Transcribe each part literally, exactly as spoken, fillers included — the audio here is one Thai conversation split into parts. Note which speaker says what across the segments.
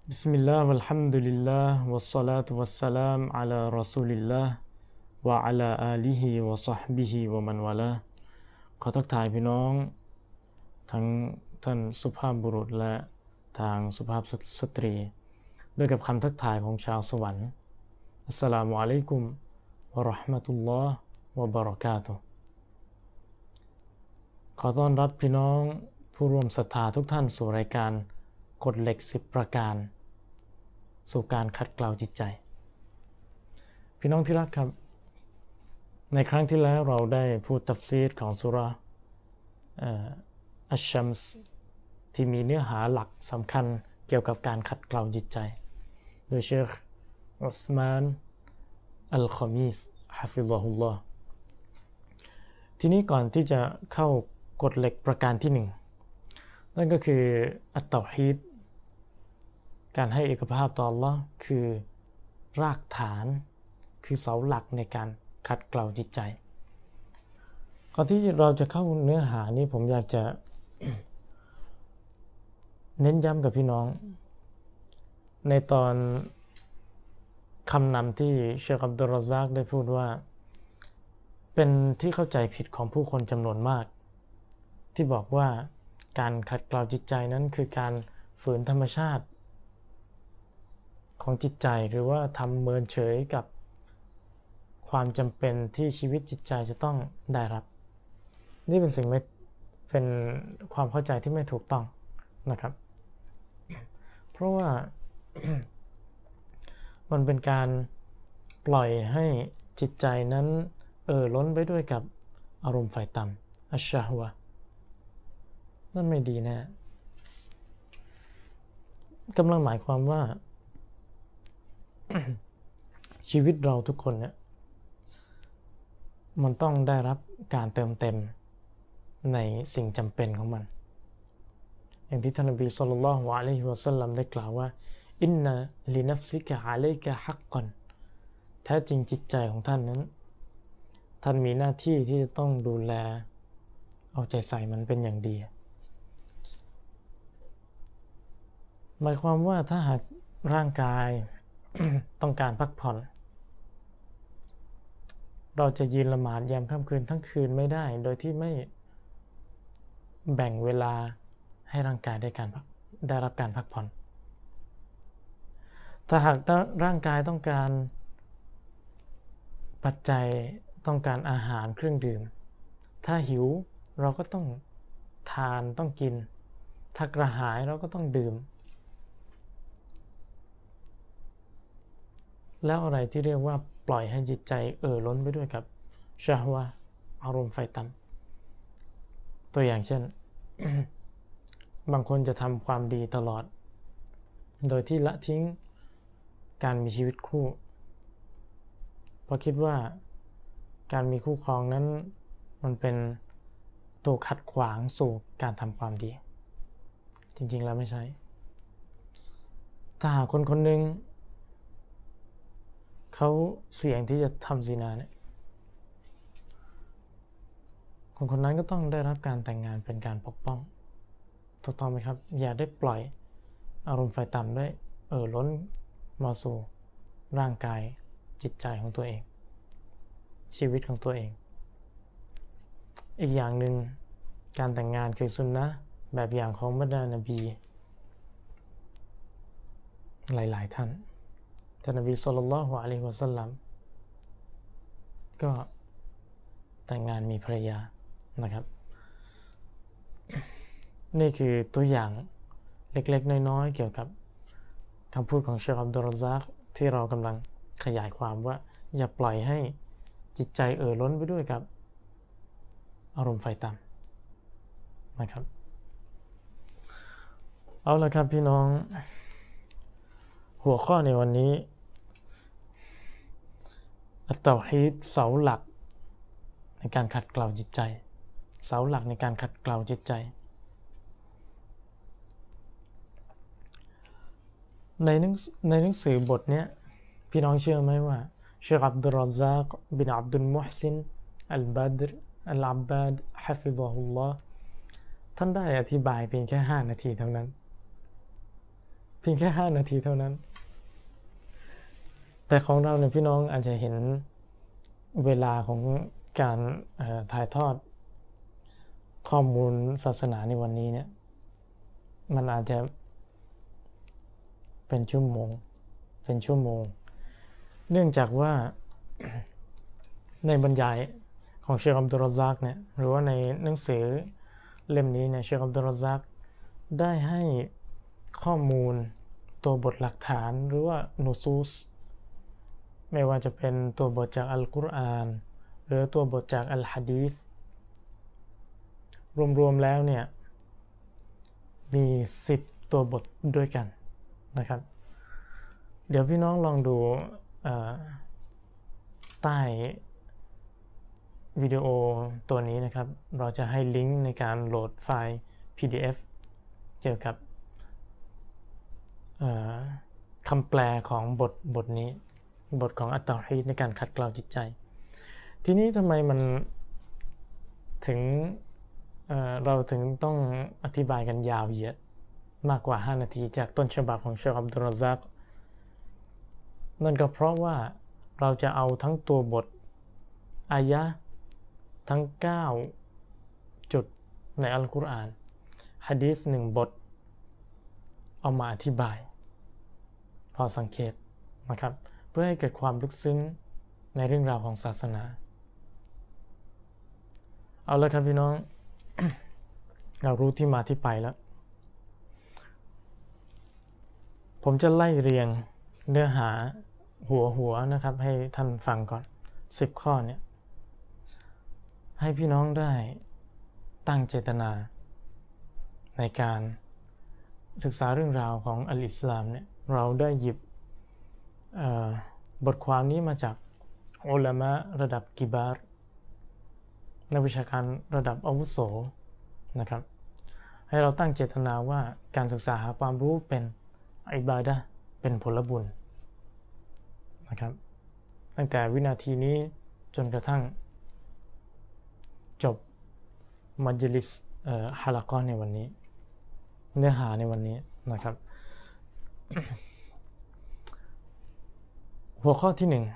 Speaker 1: بسم الله والحمد لله والصلاة والسلام على رسول الله وعلى آله وصحبه ومن والاهขอทักทายพี่น้องทั้งท่านสุภาพบุรุษและทางสุภาพสตรีด้วยกับคำทักทายของชาวสวรรค์อัสสลามุอะลัยกุมวะเราะห์มะตุลลอฮ์วะบะเราะกาตุฮ์ขอต้อนรับพี่น้องผู้ร่วมศรัทธาทุกท่านสู่รายการกฎเหล็กสิบประการสู่การขัดเกลาจิตใจพี่น้องที่รักครับในครั้งที่แล้วเราได้พูดตัฟซีรของสุราะห์อัชชัมส์ที่มีเนื้อหาหลักสำคัญเกี่ยวกับการขัดเกลาจิตใจโดยเชคอุสมานอัลคอมีสฮะฟิซะฮุลลอฮ์ทีนี้ก่อนที่จะเข้ากฎเหล็กประการที่หนึ่งนั่นก็คืออัตเตาฮีดการให้เอกภาพต่อ Allah คือรากฐานคือเสาหลักในการขัดเกลาจิตใจก่อนที่เราจะเข้าเนื้อหานี้ผมอยากจะ เน้นย้ำกับพี่น้องในตอนคำนำที่เชคอับดุลรอซากได้พูดว่าเป็นที่เข้าใจผิดของผู้คนจำนวนมากที่บอกว่าการขัดเกลาจิตใจนั้นคือการฝืนธรรมชาติของจิตใจหรือว่าทำเมินเฉยกับความจำเป็นที่ชีวิตจิตใจจะต้องได้รับนี่เป็นสิ่งไม่เป็นความเข้าใจที่ไม่ถูกต้องนะครับเพราะว่า มันเป็นการปล่อยให้จิตใจนั้นเอ่อล้นไปด้วยกับอารมณ์ฝ่ายต่ำอัชชะฮวะนั่นไม่ดีแน่กำลังหมายความว่า ชีวิตเราทุกคนเนี่ยมันต้องได้รับการเติมเต็มในสิ่งจำเป็นของมันอย่างที่ท่านนบีศ็อลลัลลอฮุอะลัยฮิวะซัลลัมได้กล่าวว่าอินนะลินัฟซิกะอะลัยกะฮักกอนแท้จริงจิตใจของท่านนั้นท่านมีหน้าที่ที่จะต้องดูแลเอาใจใส่มันเป็นอย่างดีหมายความว่าถ้าหากร่างกาย ต้องการพักผ่อนเราจะยืนละหมาดยามค่ำคืนทั้งคืนไม่ได้โดยที่ไม่แบ่งเวลาให้ร่างกายได้การได้รับการพักผ่อนถ้าหากร่างกายต้องการปัจจัยต้องการอาหารเครื่องดื่มถ้าหิวเราก็ต้องทานต้องกินถ้ากระหายเราก็ต้องดื่มแล้วอะไรที่เรียกว่าปล่อยให้จิตใจเอ่อล้นไปด้วยกับชะฮวะอารมณ์ไฟต่ำตัวอย่างเช่น บางคนจะทำความดีตลอดโดยที่ละทิ้งการมีชีวิตคู่เพราะคิดว่าการมีคู่ครองนั้นมันเป็นตัวขัดขวางสู่การทำความดีจริงๆแล้วไม่ใช่ถ้าหากคนคนหนึ่งเขาเสี่ยงที่จะทำซินาเนี่ยคนคนนั้นก็ต้องได้รับการแต่งงานเป็นการปกป้องถูกต้องไหมครับอย่าได้ปล่อยอารมณ์ไฟต่ำได้เอ่อล้นมาสู่ร่างกายจิตใจของตัวเองชีวิตของตัวเองอีกอย่างหนึ่งการแต่งงานคือสุนนะห์แบบอย่างของบรรดานบีหลายๆท่านท่านนบีศ็อลลัลลอฮุอะลัยฮิวะซัลลัมก็แต่งงานมีภรรยานะครับนี่คือตัวอย่างเล็กๆน้อยๆเกี่ยวกับคำพูดของเชคอับดุลรอซากที่เรากำลังขยายความว่าอย่าปล่อยให้จิตใจเอ่อล้นไปด้วยกับอารมณ์ไฟต่ำนะครับเอาละครับพี่น้องหัวข้อในวันนี้อัตเตาฮีดเสาหลักในการขัดเกลาจิตใจเสาหลักในการขัดเกลาจิตใจในหนังในหนังสือบทนี้พี่น้องเชื่อไหมว่าเชคอับดุลรอซากบินอับดุลมุฮซินอัลบัดรอัลอับบาดฮะฟิซะฮุลลอฮ์ท่านได้อธิบายเพียงแค่ห้านาทีเท่านั้นพียงแค่ห้านาทีเท่านั้นแต่ของเราเนี่ยพี่น้องอาจจะเห็นเวลาของการถ่ายทอดข้อมูลศาสนาในวันนี้เนี่ยมันอาจจะเป็นชั่วโมงเป็นชั่วโมงเนื่องจากว่าในบรรยายของเชคอับดุลรอซากเนี่ยหรือว่าในหนังสือเล่มนี้เนี่ยเชคอับดุลรอซากได้ให้ข้อมูลตัวบทหลักฐานหรือว่านูซูสไม่ว่าจะเป็นตัวบทจากอัลกุรอานหรือตัวบทจากอัลฮะดีษรวมๆแล้วเนี่ยมีสิบตัวบทด้วยกันนะครับเดี๋ยวพี่น้องลองดูใต้วิดีโอตัวนี้นะครับเราจะให้ลิงก์ในการโหลดไฟล์ พี ดี เอฟ เกี่ยวกับคำแปลของบทบทนี้บทของอัตตอฮีดในการขัดเกลาจิตใจทีนี้ทำไมมันถึง เอ่อ เราถึงต้องอธิบายกันยาวเหยียดมากกว่าห้านาทีจากต้นฉบับของเชคอับดุลรอซากนั่นก็เพราะว่าเราจะเอาทั้งตัวบทอายะห์ทั้งเก้าจุดในอัลกุรอานหะดีษหนึ่งบทเอามาอธิบายพอสังเกตนะครับเพื่อให้เกิดความลึกซึ้งในเรื่องราวของศาสนาเอาละครับพี่น้อง เรารู้ที่มาที่ไปแล้วผมจะไล่เรียงเนื้อหาหัวหัวนะครับให้ท่านฟังก่อนสิบข้อเนี่ยให้พี่น้องได้ตั้งเจตนาในการศึกษาเรื่องราวของอัลอิสลามเนี่ยเราได้หยิบบทความนี้มาจากอุลามะระดับกิบาร์นักวิชาการระดับอาวุโสนะครับให้เราตั้งเจตนาว่าการศึกษาหาความรู้เป็นอิบาดะห์เป็นผลบุญนะครับตั้งแต่วินาทีนี้จนกระทั่งจบมัจลิสฮะละกอฮ์ในวันนี้เนื้อหาในวันนี้นะครับ หัวข้อที่หนึ่ง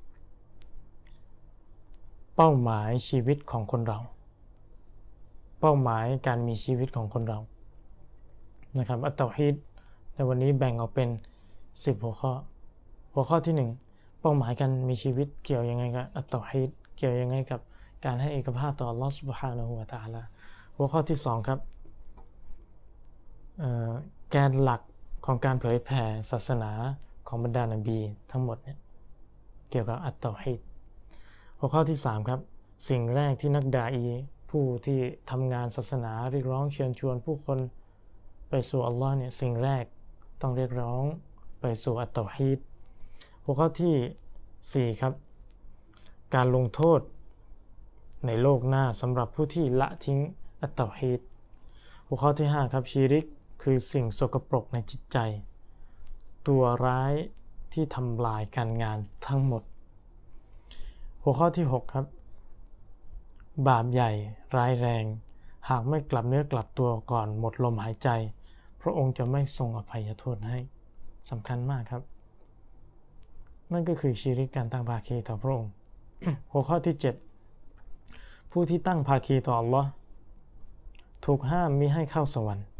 Speaker 1: เป้าหมายชีวิตของคนเราเป้าหมายการมีชีวิตของคนเรานะครับอัตเตาฮีดในวันนี้แบ่งออกเป็นสิบหัวข้อหัวข้อที่หนึ่งเป้าหมายการมีชีวิตเกี่ยวยังไงกับอัตเตาฮีดเกี่ยวยังไงกับการให้เอกภาพต่ออัลเลาะห์ซุบฮานะฮูวะตะอาลาหัวข้อที่สองครับแกนหลักของการเผยแผ่ศาสนาของบรรดานบีทั้งหมดเนี่ยเกี่ยวกับอัตเตาฮีดหัวข้อที่สามครับสิ่งแรกที่นักดาอีผู้ที่ทำงานศาสนาเรียกร้องเชิญชวนผู้คนไปสู่อัลลอฮ์เนี่ยสิ่งแรกต้องเรียกร้องไปสู่อัตเตาฮีดหัวข้อที่สี่ครับการลงโทษในโลกหน้าสำหรับผู้ที่ละทิ้งอัตเตาฮีดหัวข้อที่ห้าครับชีริกคือสิ่งสกปรกในจิตใจตัวร้ายที่ทำลายการงานทั้งหมดหัวข้อที่หกครับบาปใหญ่ร้ายแรงหากไม่กลับเนื้อกลับตัวก่อนหมดลมหายใจพระองค์จะไม่ทรงอภัยโทษให้สำคัญมากครับนั่นก็คือชีริกการตั้งภาคีต่อพระองค์ หัวข้อที่เจ็ดผู้ที่ตั้งภาคีต่ออัลลอฮ์ถูกห้ามมิให้เข้าสวรรค์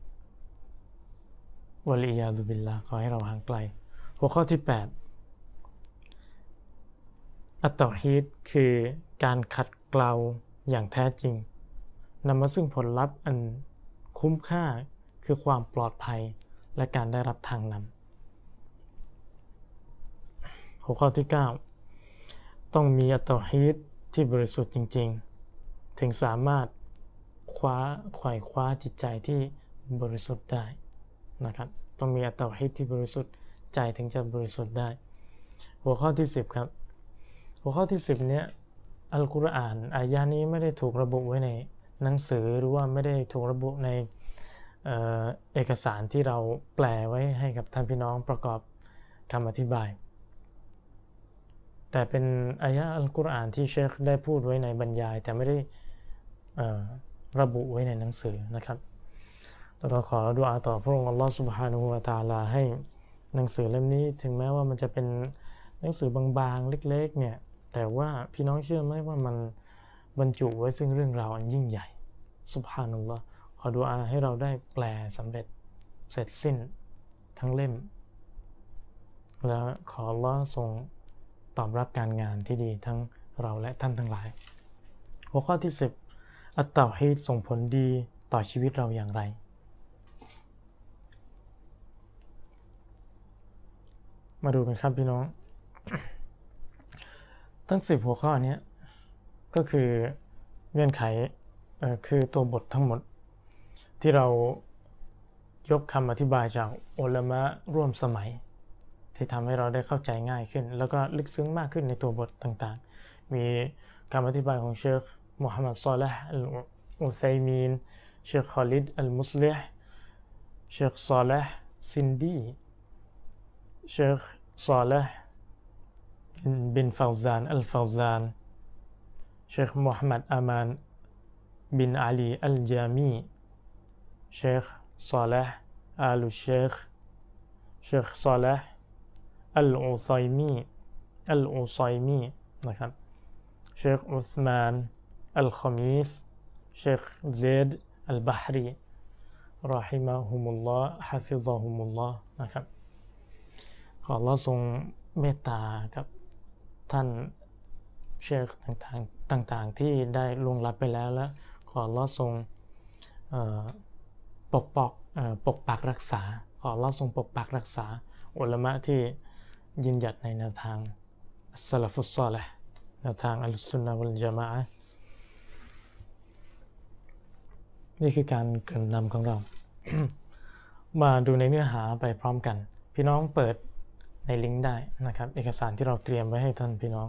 Speaker 1: วะลียาซุบิลลาห์ขอให้เราห่างไกลหัวข้อที่แปดอัตเตาฮีดคือการขัดเกลาอย่างแท้จริงนำมาซึ่งผลลัพธ์อันคุ้มค่าคือความปลอดภัยและการได้รับทางนำหัวข้อที่เก้าต้องมีอัตเตาฮีดที่บริสุทธิ์จริงๆถึงสามารถคว้าไขว่คว้าจิตใจที่บริสุทธิ์ได้นะครับต้องมีอัตเตาฮีดที่บริสุทธิ์ใจถึงจะบริสุทธิ์ได้หัวข้อที่สิบครับหัวข้อที่สิบเนี้ยอัลกุรอานอายะห์นี้ไม่ได้ถูกระบุไว้ในหนังสือหรือว่าไม่ได้ถูกระบุใน เอ่อ เอกสารที่เราแปลไว้ให้กับท่านพี่น้องประกอบคำอธิบายแต่เป็นอายะห์อัลกุรอานที่เชคได้พูดไว้ในบรรยายแต่ไม่ได้ระบุไว้ในหนังสือนะครับแล้วก็ขอดุอาต่อพระองค์อัลลอฮฺซุบฮานะฮูวะตะอาลาให้หนังสือเล่มนี้ถึงแม้ว่ามันจะเป็นหนังสือบางๆเล็กๆเนี่ยแต่ว่าพี่น้องเชื่อไหมว่ามันบรรจุไว้ซึ่งเรื่องราวอันยิ่งใหญ่ซุบฮานัลลอฮ์ขอดุอาให้เราได้แปลสำเร็จเสร็จสิ้นทั้งเล่มแล้วขออัลลอฮ์ทรงตอบรับการงานที่ดีทั้งเราและท่านทั้งหลายหัวข้อที่สิบอัตเตาฮีดส่งผลดีต่อชีวิตเราอย่างไรมาดูกันครับพี่น้อง ทั้งสิบหัวข้อนี้ก็คือเงื่อนไขคือตัวบททั้งหมดที่เรายกคำอธิบายจากอุลามะร่วมสมัยที่ทำให้เราได้เข้าใจง่ายขึ้นแล้วก็ลึกซึ้งมากขึ้นในตัวบทต่างๆมีคำอธิบายของเชคมุฮัมมัด ศอลิห์ อัลอุซัยมีนเชค คอลิด อัลมุสลิห์เชค ศอลิห์ ซินดีเชค ศอลิห์ บิน ฟาวซาน อัล ฟาวซานเชค มุฮัมมัด อามาน บิน อาลี อัล จามีเชค ศอลิห์ อาลุ เชคเชค ศอลิห์ อัล อุซัยมี อัล อุซัยมีนะครับเชค อุสมาน อัล คอมีสเชค เซด อัล บะฮรีรอฮิมะฮุมุลลอฮ์ ฮะฟิซะฮุมุลลอฮ์นะครับขออัลเลาะห์ทรงเมตตากับท่านเชคต่างๆต่างๆที่ได้ล่วงลับไปแล้วและขออัลเลาะห์ทรงปกปักปกปักรักษาขออัลเลาะห์ทรงปกปักรักษาอุลามะที่ยืนหยัดในแนวทางอัสซะลาฟุศศอลิห์แนวทางอัลซุนนะฮ์วัลญะมาอะห์นี่คือการเกริ่นนำของเรา มาดูในเนื้อหาไปพร้อมกันพี่น้องเปิดในลิงก์ได้นะครับเอกสารที่เราเตรียมไว้ให้ท่านพี่น้อง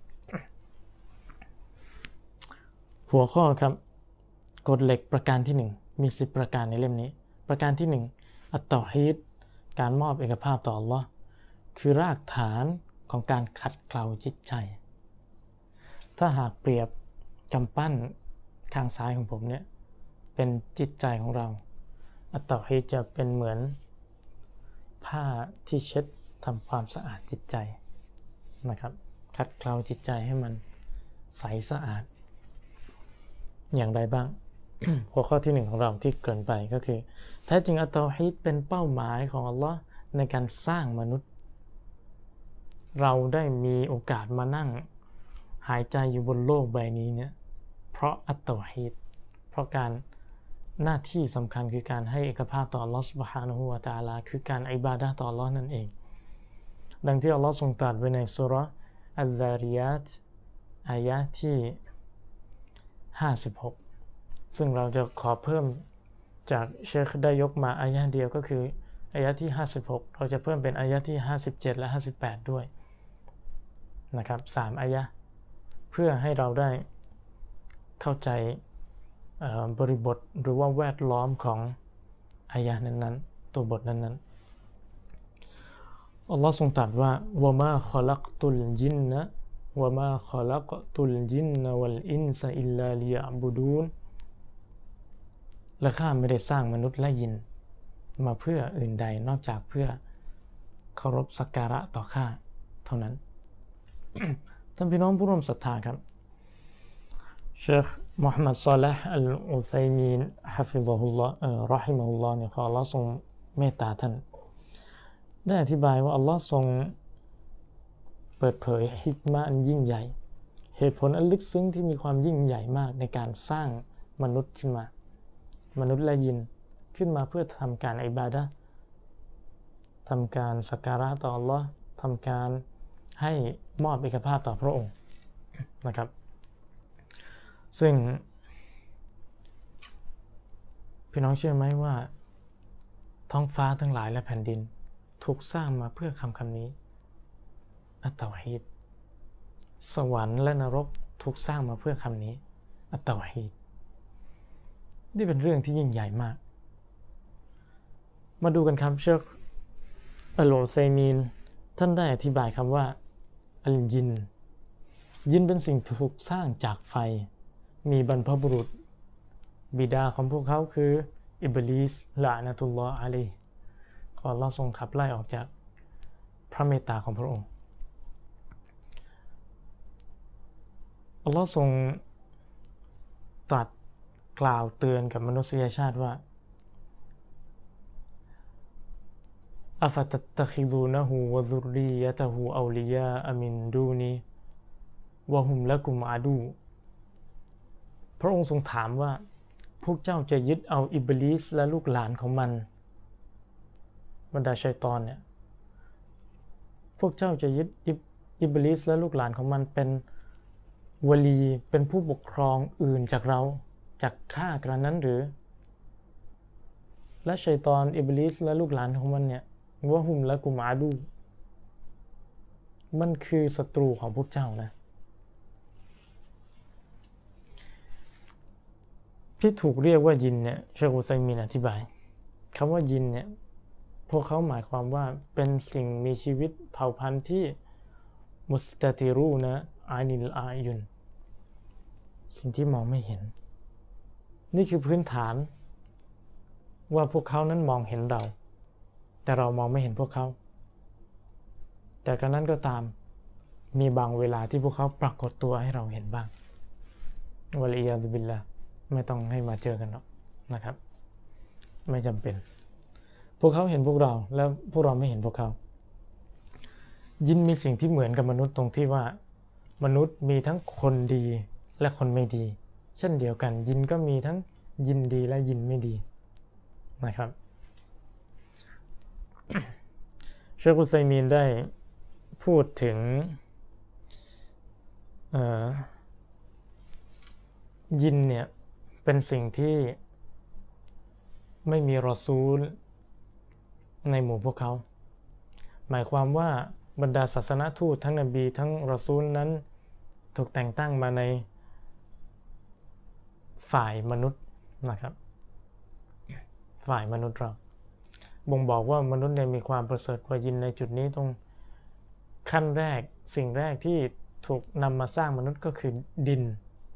Speaker 1: หัวข้อครับกฎเหล็กประการที่หนึ่งมีสิบประการในเล่มนี้ประการที่หนึ่งอัตเตาฮีดการมอบเอกภาพต่ออัลลอฮ์คือรากฐานของการขัดเกลาจิตใจถ้าหากเปรียบกำปั้นข้างซ้ายของผมเนี่ยเป็นจิตใจของเราอัตเตาฮีดจะเป็นเหมือนผ้าที่เช็ดทำความสะอาดจิตใจนะครับขัดเกลาจิตใจให้มันใสสะอาดอย่างไรบ้าง หัวข้อที่หนึ่งของเราที่เกริ่นไปก็คือแท้จริงอัตเตาฮีดเป็นเป้าหมายของอัลลอฮ์ในการสร้างมนุษย์เราได้มีโอกาสมานั่งหายใจอยู่บนโลกใบนี้เนี่ยเพราะอัตเตาฮีดเพราะการหน้าที่สำคัญคือการให้เอกภาพต่ออัลลอฮ์ซุบฮานะฮูวะตะอาลาคือการอิบาดะห์ต่ออัลลอฮ์นั่นเองดังที่อัลลอฮ์ทรงตรัสไว้ในซูเราะห์อัซซาริยาตอายะห์ที่ห้าสิบหกซึ่งเราจะขอเพิ่มจากเชคได้ยกมาอายะห์เดียวก็คืออายะห์ที่ห้าสิบหกเราจะเพิ่มเป็นอายะห์ที่ห้าสิบเจ็ดและห้าสิบแปดด้วยนะครับสามอายะห์เพื่อให้เราได้เข้าใจบริบทหรือว่าแวดล้อมของอายะห์นั้นๆตัวบทนั้นๆอัลลอฮ์ทรงตรัสว่าวะมาคอลักตุลจินนะวะมาคอลักตุลจินนะวัลอินซะอิลลาลิยะบุดูนและข้าไม่ได้สร้างมนุษย์และยินมาเพื่ออื่นใดนอกจากเพื่อเคารพสักการะต่อข้าเท่านั้น ท่านพี่น้องผู้ร่วมศรัทธาครับเชคมุฮัมมัด ศอลิห์ อัล อุซัยมีน ฮะฟิซะฮุลลอฮ์รอฮิมะฮุลลอฮ์เนี่ยขออัลเลาะห์ทรงเมตตาท่านได้อธิบายว่าอัลเลาะห์ทรงเปิดเผยฮิกมะห์อันยิ่งใหญ่เหตุผลอันลึกซึ้งที่มีความยิ่งใหญ่มากในการสร้างมนุษย์ขึ้นมามนุษย์และยินขึ้นมาเพื่อทำการอิบาดะห์ทำการสักการะต่ออัลเลาะห์ทำการให้มอบเอกภาพต่อพระองค์นะครับซึ่งพี่น้องเชื่อไหมว่าท้องฟ้าทั้งหลายและแผ่นดินถูกสร้างมาเพื่อคำคำนี้อัตเตาฮีดสวรรค์และนรกถูกสร้างมาเพื่อคำนี้อัตเตาฮีดนี่เป็นเรื่องที่ยิ่งใหญ่มากมาดูกันครับเชคอัล อุซัยมีนท่านได้อธิบายคำว่าอัลยินยินเป็นสิ่งถูกสร้างจากไฟมีบรรพบุรุษบิดาของพวกเขาคืออิบลิสละนะตุลลอฮ์อะลัยฮิขออัลเลาะห์ทรงขับไล่ออกจากพระเมตตาของพระองค์อัลลอฮ์ทรงตรัสกล่าวเตือนกับมนุษยชาติว่าอัฟตัตตะคิดูนะฮูวะซุรริยะตะฮูเอาลิยาอะมินดูนีวะฮุมละกุมอาดูพระองค์ทรงถามว่าพวกเจ้าจะยึดเอาอิบลิสและลูกหลานของมันบรรดาชัยฏอนเนี่ยพวกเจ้าจะยึดอิบลิสและลูกหลานของมันเป็นวลีเป็นผู้ปกครองอื่นจากเราจากข้ากระนั้นหรือและชัยฏอนอิบลิสและลูกหลานของมันเนี่ยวะฮุมละกุมอาดูมันคือศัตรูของพวกเจ้านะที่ถูกเรียกว่ายินเนี่ยเชคอุซัยมีนอธิบายคำว่ายินเนี่ยพวกเขาหมายความว่าเป็นสิ่งมีชีวิตเผ่าพันธุ์ที่มุสตาติรูนะอานิลอายุนสิ่งที่มองไม่เห็นนี่คือพื้นฐานว่าพวกเขานั้นมองเห็นเราแต่เรามองไม่เห็นพวกเขาแต่กระนั้นก็ตามมีบางเวลาที่พวกเขาปรากฏตัวให้เราเห็นบ้างวะลียาซุบิลลาห์ไม่ต้องให้มาเจอกันหรอกนะครับไม่จำเป็นพวกเขาเห็นพวกเราแล้วพวกเราไม่เห็นพวกเขายินมีสิ่งที่เหมือนกับมนุษย์ตรงที่ว่ามนุษย์มีทั้งคนดีและคนไม่ดีเช่นเดียวกันยินก็มีทั้งยินดีและยินไม่ดีนะครับเชคอุซัยมีนได้พูดถึงยินเนี่ยเป็นสิ่งที่ไม่มีรอซูลในหมู่พวกเขาหมายความว่าบรรดาศาสนทูตทั้งนบีทั้งรอซูลนั้นถูกแต่งตั้งมาในฝ่ายมนุษย์นะครับฝ่ายมนุษย์เราบ่งบอกว่ามนุษย์เนี่ยมีความประเสริฐกว่ายินในจุดนี้ตรงขั้นแรกสิ่งแรกที่ถูกนำมาสร้างมนุษย์ก็คือดิน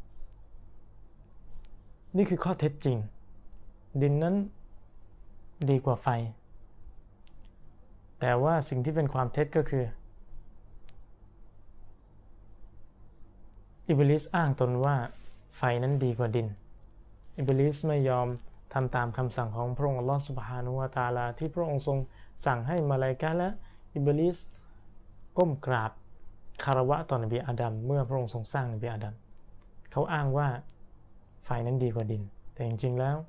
Speaker 1: นี่คือข้อเท็จจริงดินนั้นดีกว่าไฟแต่ว่าสิ่งที่เป็นความเท็จก็คืออิบลิสอ้างตนว่าไฟนั้นดีกว่าดินอิบลิสไม่ยอมทำตามคำสั่งของพระองค์อัลลอฮฺซุบฮานะฮูวะตะอาลาที่พระองค์ทรงสั่งให้มลาอิกะฮ์และอิบลิสก้มกราบคารวะต่อนบีอาดัมเมื่อพระองค์ทรงสร้างนบีอาดัมเขาอ้างว่าไฟนั้นดีกว่าดินแต่จริงๆแล้ว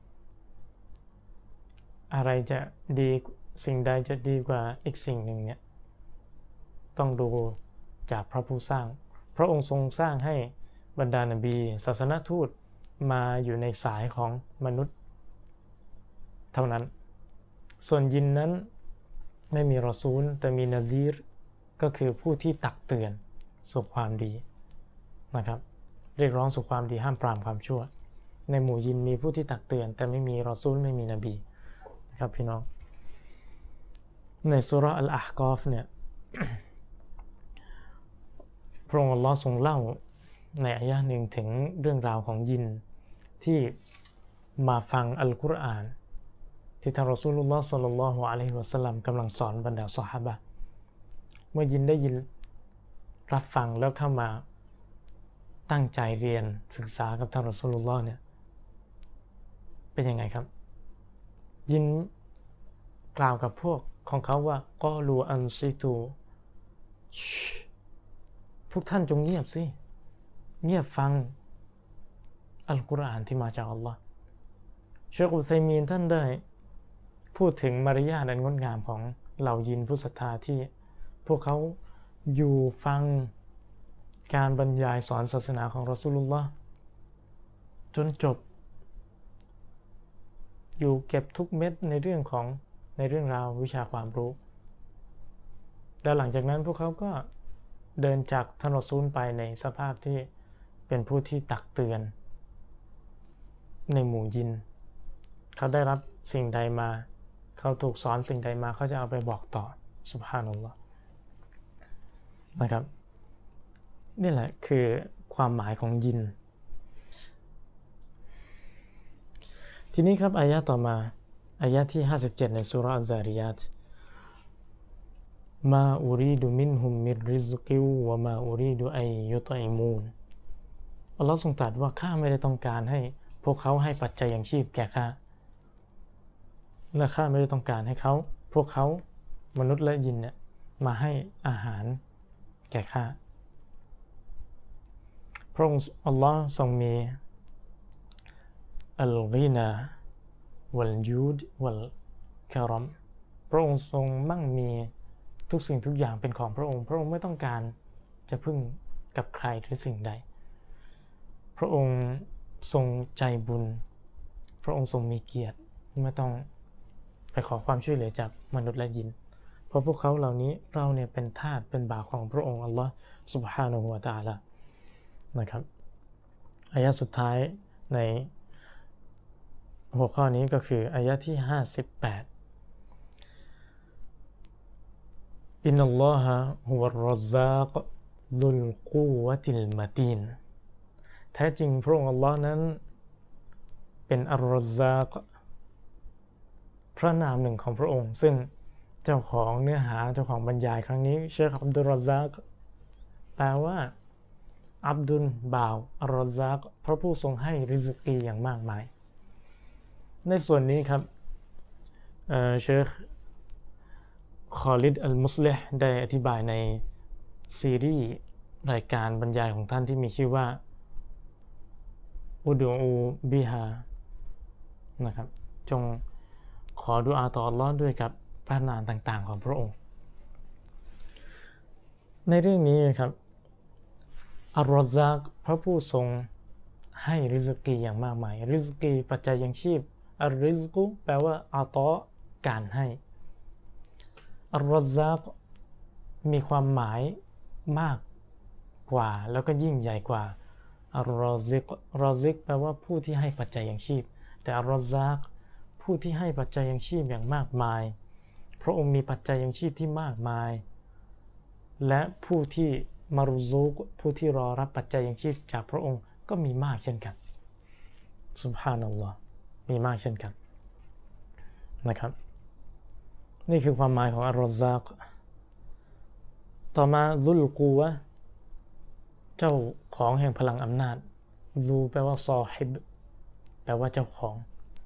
Speaker 1: อะไรจะดีสิ่งใดจะดีกว่าอีกสิ่งหนึ่งเนี่ยต้องดูจากพระผู้สร้างพระองค์ทรงสร้างให้บรรดานบีศาสนทูตมาอยู่ในสายของมนุษย์เท่านั้นส่วนยินนั้นไม่มีรอซูลแต่มีนาซีรก็คือผู้ที่ตักเตือนสู่ความดีนะครับเรียกร้องสู่ความดีห้ามปรามความชั่วในหมู่ยินมีผู้ที่ตักเตือนแต่ไม่มีรอซูลไม่มีนบีนะครับพี่น้องในซูเราะห์อัลอะห์กอฟเนี่ย พระองค์อัลเลาะห์ทรงเล่าในอายะห์หนึ่งถึงเรื่องราวของยินที่มาฟังอัลกุรอานที่ท่านรอซูลุลลอฮ์ ศ็อลลัลลอฮุอะลัยฮิวะซัลลัมกำลังสอนบรรดาซอฮาบะห์เมื่อยินได้ยินรับฟังแล้วเข้ามาตั้งใจเรียนศึกษากับท่านรอซูลุลลอฮ์เนี่ยเป็นยังไงครับยินกล่าวกับพวกของเขาว่ากอลูอันซิตูพวกท่านจงเงียบสิเงียบฟังอัลกุรอานที่มาจากอัลลอฮ์เชคอุซัยมีนท่านได้พูดถึงมารยาทอันงดงามของเหล่ายินผู้ศรัทธาที่พวกเขาอยู่ฟังการบรรยายสอนศาสนาของรอซูลุลลอฮ์จนจบอยู่เก็บทุกเม็ดในเรื่องของในเรื่องราววิชาความรู้แล้วหลังจากนั้นพวกเขาก็เดินจากท่านรอซูลไปในสภาพที่เป็นผู้ที่ตักเตือนในหมู่ยินเขาได้รับสิ่งใดมาเขาถูกสอนสิ่งใดมาเขาจะเอาไปบอกต่อซุบฮานัลลอฮ์นะครับนี่แหละคือความหมายของยินทีนี้ครับอายะต่อมาอายะที่ห้าสิบเจ็ดในซูเราะห์อัซซาริยาตมาอูรีดุมินฮุมมิรริซกิวะมาอูรีดุอัยยุตอิมูนอัลลอฮ์ทรงตรัสว่าข้าไม่ได้ต้องการให้พวกเขาให้ปัจจัยยังชีพแก่ข้าและข้าไม่ได้ต้องการให้เขาพวกเขามนุษย์และยินเนี่ยมาให้อาหารแก่ข้าพระองค์อัลลอฮ์ทรงมีอัลกีนาวัลยูดวัลคารอมพระองค์ทรงมั่งมีทุกสิ่งทุกอย่างเป็นของพระองค์พระองค์ไม่ต้องการจะพึ่งกับใครหรือสิ่งใดพระองค์ทรงใจบุญพระองค์ทรงมีเกียรติไม่ต้องไปขอความช่วยเหลือจากมนุษย์และยินเพราะพวกเขาเหล่านี้เราเนี่ยเป็นทาสเป็นบ่าวของพระองค์อัลลอฮ์ซุบฮานะฮูวะตะอาลานะครับอายะสุดท้ายในหัวข้อนี้ก็คืออายะที่ห้าสิบแปดอินนัลลอฮะฮุวัรรอซซากซุลกุวะติลมะตีนแท้จริงพระองค์อัลลอฮ์นั้นเป็นอัรรอซซากพระนามหนึ่งของพระองค์ซึ่งเจ้าของเนื้อหาเจ้าของบรรยายครั้งนี้เชคอับดุลรอซซากแปลว่าอับดุลบ่าวอัรรอซซากพระผู้ทรงให้ริซกีอย่างมากมายในส่วนนี้ครับเชคคอลิดอัลมุสลิฮ์ได้อธิบายในซีรีส์รายการบรรยายของท่านที่มีชื่อว่าอุดูอูบิฮานะครับจงขอดุอาต่ออัลเลาะห์ด้วยกับพระนามต่างๆของพระองค์ในเรื่องนี้ครับอัรรอซซากพระผู้ทรงให้ริซกีอย่างมากมายริซกีปัจจัยยังชีพอัรริซกุแปลว่าอาตอการให้อัรรอซซากมีความหมายมากกว่าแล้วก็ยิ่งใหญ่กว่าอัรรอซิกรอซิกแปลว่าผู้ที่ให้ปัจจัยยังชีพแต่อัรรอซซากผู้ที่ให้ปัจจัยยังชีพอย่างมากมายพระองค์มีปัจจัยยังชีพที่มากมายและผู้ที่มารุซุกผู้ที่รอรับปัจจัยยังชีพจากพระองค์ก็มีมากเช่นกันซุบฮานัลลอฮ์มีมากเช่นกันนะครับนี่คือความหมายของอัรรอซซากต่อมาซุลกูวะเจ้าของแห่งพลังอำนาจซูแปลว่าซอฮิบแปลว่าเจ้าของ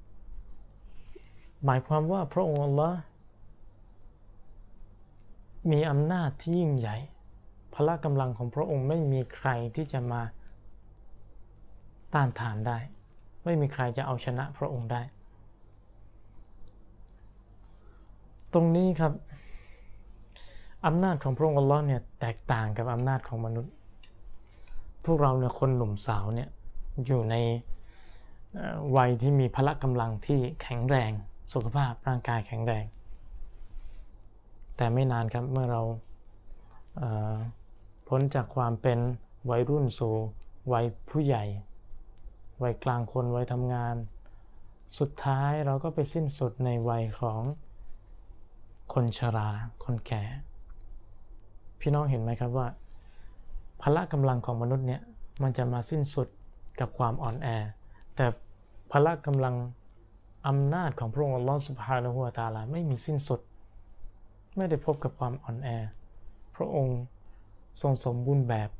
Speaker 1: หมายความว่าพระองค์อัลลอฮ์มีอำนาจที่ยิ่งใหญ่พละกำลังของพระองค์ไม่มีใครที่จะมาต้านทานได้ไม่มีใครจะเอาชนะพระองค์ได้ตรงนี้ครับอำนาจของพระองค์อัลลอฮ์เนี่ยแตกต่างกับอำนาจของมนุษย์พวกเราเนี่ยคนหนุ่มสาวเนี่ยอยู่ในวัยที่มีพละกำลังที่แข็งแรงสุขภาพร่างกายแข็งแรงแต่ไม่นานครับเมื่อเราพ้นจากความเป็นวัยรุ่นสู่วัยผู้ใหญ่วัยกลางคนวัยทำงานสุดท้ายเราก็ไปสิ้นสุดในวัยของคนชราคนแก่พี่น้องเห็นไหมครับว่าพละกำลังของมนุษย์เนี่ยมันจะมาสิ้นสุดกับความอ่อนแอแต่พละกำลังอำนาจของพระองค์อัลลอฮฺซุบฮานะฮูวะตะอาลาไม่มีสิ้นสุดไม่ได้พบกับความอ่อนแอพระองค์ทรงสมบูรณ์แบบ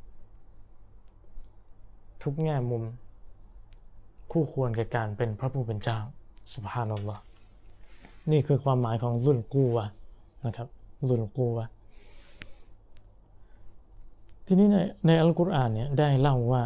Speaker 1: ทุกแง่มุมคู่ควรกับการเป็นพระผู้เป็นเจ้าซุบฮานัลลอฮ์นี่คือความหมายของซุลกูวะนะครับซุลกูวะทีนี้ในในอัลกุรอานเนี่ยได้เล่าว่า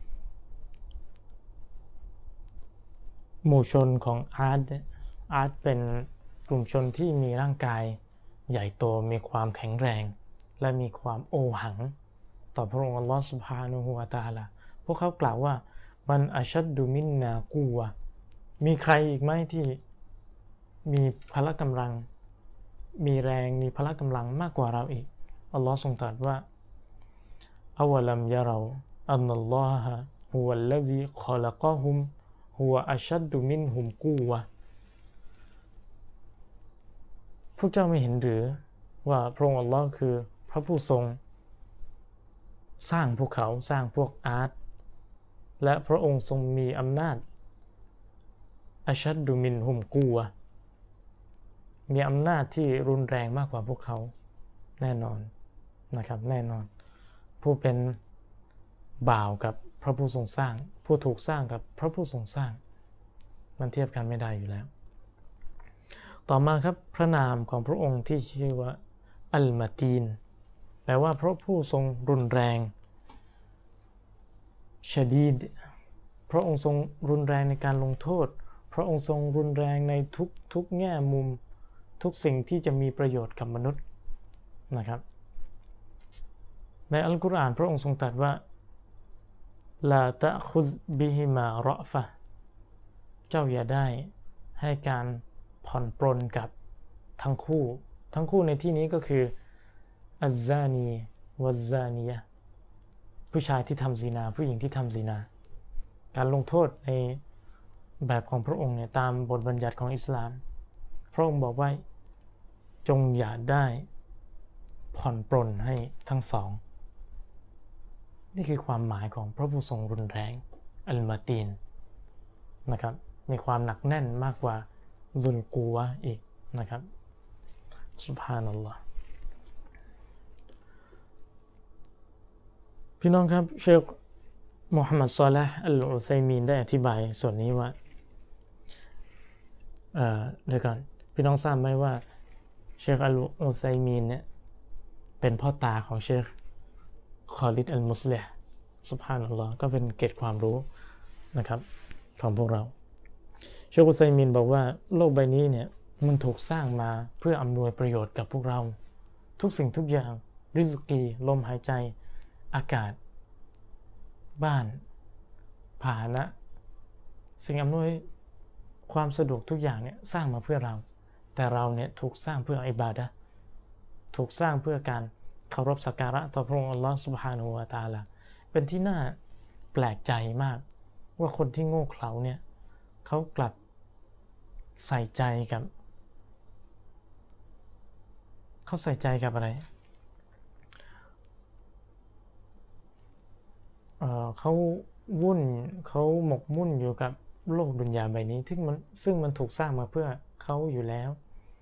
Speaker 1: หมู่ชนของอาดอาดเป็นกลุ่มชนที่มีร่างกายใหญ่โตมีความแข็งแรงและมีความโอหังต่อพระองค์อัลลอฮฺซุบฮานะฮูวะตะอาลาพวกเขากล่าวว่ามันอัชัดดุมินนากูวะมีใครอีกไหมที่มีพละกำลังมีแรงมีพละกำลังมากกว่าเราอีกอัลลอฮ์ทรงตรัสว่าอาวะลัมยะเราอันนัลลอฮะฮุวัลลซีคอละกะฮุมฮุวะอัชัดดุมินฮุมกูวะพวกเจ้าไม่เห็นหรือว่าพระองค์อัลลอฮ์คือพระผู้ทรงสร้างพวกเขาสร้างพวกอาดและพระองค์ทรงมีอำนาจอัชัดดุมินฮุมกูวะมีอำนาจที่รุนแรงมากกว่าพวกเขาแน่นอนนะครับแน่นอนผู้เป็นบ่าวกับพระผู้ทรงสร้างผู้ถูกสร้างกับพระผู้ทรงสร้างมันเทียบกันไม่ได้อยู่แล้วต่อมาครับพระนามของพระองค์ที่ชื่อว่าอัลมาตีนแปลว่าพระผู้ทรงรุนแรงชะดีดพระองค์ทรงรุนแรงในการลงโทษพระองค์ทรงรุนแรงในทุกทุกแง่มุมทุกสิ่งที่จะมีประโยชน์กับมนุษย์นะครับในอัลกุรอานพระองค์ทรงตรัสว่าลาตะคุซบิฮิมารอฟะเจ้าอย่าได้ให้การผ่อนปรนกับทั้งคู่ทั้งคู่ในที่นี้ก็คืออัซซานีวัซซานียะผู้ชายที่ทำซินาผู้หญิงที่ทำซินาการลงโทษในแบบของพระองค์เนี่ยตามบทบัญญัติของอิสลามพระองค์บอกว่าจงอย่าได้ผ่อนปรนให้ทั้งสองนี่คือความหมายของพระผู้ทรงรุนแรงอัลมาตีนนะครับมีความหนักแน่นมากกว่าซุลกูวะอีกนะครับซุบฮานัลลอฮ์พี่น้องครับเชคมุฮัมมัดศอลิห์อัลอุซัยมีนได้อธิบายส่วนนี้ว่าเอ่อเดี๋ยวก่อนพี่น้องทราบไหมว่าเชคอัลอุซัยมีนเนี่ยเป็นพ่อตาของเชคคอลิดอัลมุสลิห์ซุบฮานัลลอฮ์ก็เป็นเกร็ดความรู้นะครับของพวกเราเชคอุซัยมีนบอกว่าโลกใบนี้เนี่ยมันถูกสร้างมาเพื่ออำนวยประโยชน์กับพวกเราทุกสิ่งทุกอย่างริสกีลมหายใจอากาศบ้านพาหนะสิ่งอำนวยความสะดวกทุกอย่างเนี่ยสร้างมาเพื่อเราแต่เราเนี่ยถูกสร้างเพื่ออิบาดะห์ถูกสร้างเพื่อการเคารพสักการะต่อพระองค์อัลลอฮฺซุบฮานะฮูวะตะอาลาเป็นที่น่าแปลกใจมากว่าคนที่โง่เขลาเนี่ยเขากลับใส่ใจกับเขาใส่ใจกับอะไรเอ่อเขาวุ่นเขาหมกมุ่นอยู่กับโลกดุนยาใบนี้ที่มันซึ่งมันถูกสร้างมาเพื่อเขาอยู่แล้ว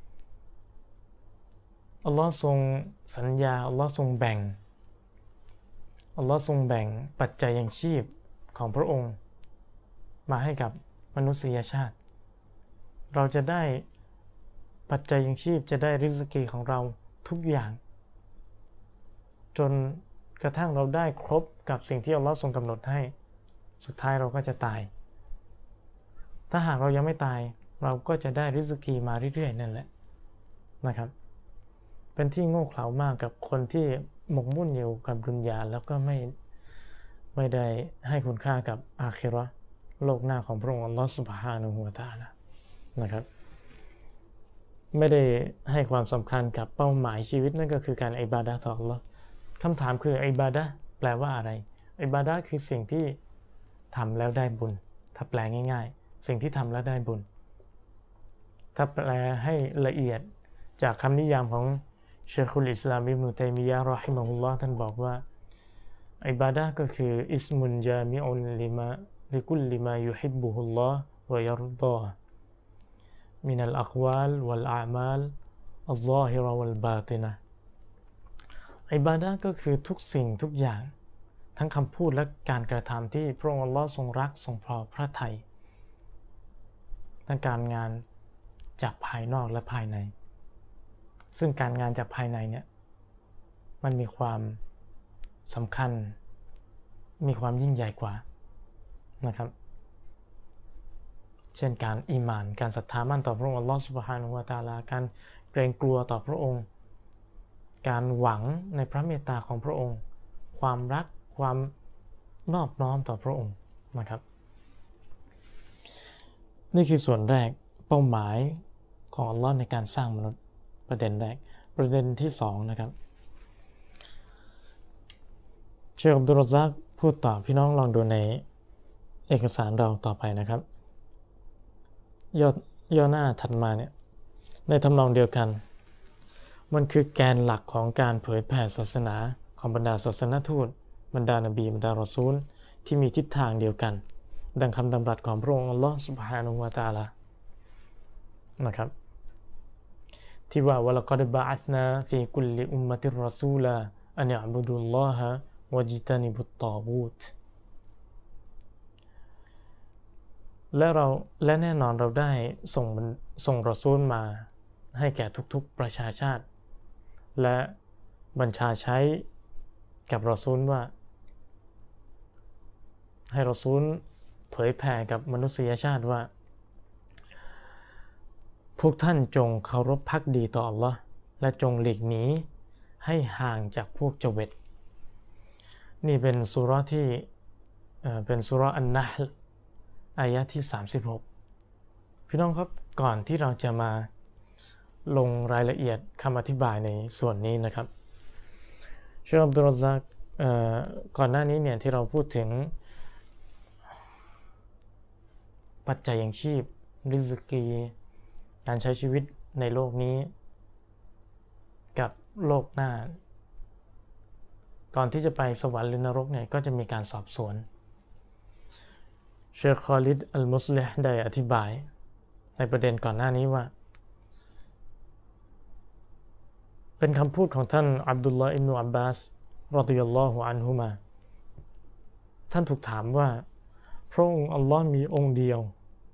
Speaker 1: อัลลอฮ์ทรงสัญญาอัลลอฮ์ทรงแบ่งอัลลอฮ์ทรงแบ่งปัจจัยยังชีพของพระองค์มาให้กับมนุษยชาติเราจะได้ปัจจัยยังชีพจะได้ริสกีของเราทุกอย่างจนกระทั่งเราได้ครบกับสิ่งที่อัลลอฮ์ทรงกำหนดให้สุดท้ายเราก็จะตายถ้าหากเรายังไม่ตายเราก็จะได้ริสกีมาเรื่อยๆนั่นแหละนะครับเป็นที่โง่เขลามากกับคนที่หมกมุ่นอยู่กับดุนยาแล้วก็ไม่ไม่ได้ให้คุณค่ากับอาคิเราะห์โลกหน้าของพระองค์อัลลอฮ์ซุบฮานะฮูวะตะอาลานะครับไม่ได้ให้ความสำคัญกับเป้าหมายชีวิตนั่นก็คือการอิบาดะห์ต่ออัลลอฮ์คำถามคืออิบาดะห์แปลว่าอะไรอิบาดะห์คือสิ่งที่ทำแล้วได้บุญถ้าแปลง่ายๆสิ่งที่ทำแล้วได้บุญถ้าแปลให้ละเอียดจากคำนิยามของเชคุลอิสลามอิบนุตัยมียะห์รอฮิมะฮุลลอฮ์ท่านบอกว่าอิบาดะห์ก็คืออิสมุนญามิอุนลิมาลิกุลลิมายุฮิบบุฮุลลอฮ์วะยัรฎอฮ์มินัลอักวาลวัลอาอ์มาลอัลซอฮิเราะวัลบาตินะห์อิบาดะห์ก็คือทุกสิ่งทุกอย่างทั้งคำพูดและการกระทำที่พระองค์อัลลอฮ์ทรงรักทรงพอพระทัยทั้งการงานจากภายนอกและภายในซึ่งการงานจากภายในเนี่ยมันมีความสำคัญมีความยิ่งใหญ่กว่านะครับเช่นการอีหม่านการศรัทธามั่นต่อพระองค์อัลลอฮฺซุบฮานะฮูวะตะอาลาการเกรงกลัวต่อพระองค์การหวังในพระเมตตาของพระองค์ความรักความนอบน้อมต่อพระองค์นะครับนี่คือส่วนแรกเป้าหมายของอัลลอฮ์ในการสร้างมนุษย์ประเด็นแรกประเด็นที่สองนะครับเชคอับดุลรอซากพูดต่อพี่น้องลองดูในเอกสารเราต่อไปนะครับย่อย่อหน้าถัดมาเนี่ยในทำนองเดียวกันมันคือแกนหลักของการเผยแผ่ศาสนาของบรรดาศาสนทูตบรรดานบีบรรดารอซูลที่มีทิศทางเดียวกันดังคำดำรัสของพระองค์อัลลอฮฺซุบฮานะฮูวะตะอาลานะครับที่ว่าวะละกอดบะอัสนาฟีกุลลิอุมมะติรรอซูลาอันอิอ์บุดุลลอฮะวะญิตานิบุตตอกูตและเราและแน่นอนเราได้ส่งส่งรอซูลมาให้แก่ทุกๆประชาชาติและบัญชาใช้กับรอซูลว่าให้รอซูลเผยแผ่กับมนุษยชาติว่าพวกท่านจงเคารพภักดีต่ออัลลอฮ์และจงหลีกหนีให้ห่างจากพวกเจวิตนี่เป็นซูเราะห์ที่เอ่อเป็นซูเราะห์อันนะห์ลอายะที่สามสิบหกพี่น้องครับก่อนที่เราจะมาลงรายละเอียดคำอธิบายในส่วนนี้นะครับเชค อับดุลรอซากเอ่อก่อนหน้านี้เนี่ยที่เราพูดถึงปัจจัยยังชีพริซกีการใช้ชีวิตในโลกนี้กับโลกหน้าก่อนที่จะไปสวรรค์หรือนรกเนี่ยก็จะมีการสอบสวนเชค คอลิด อัลมุสลิฮ์ได้อธิบายในประเด็นก่อนหน้านี้ว่าเป็นคำพูดของท่านอับดุลลอฮ์อิบนุอับบาสรอฎิยัลลอฮุอันฮุมาท่านถูกถามว่าพระองค์อัลลอฮ์มีองค์เดียว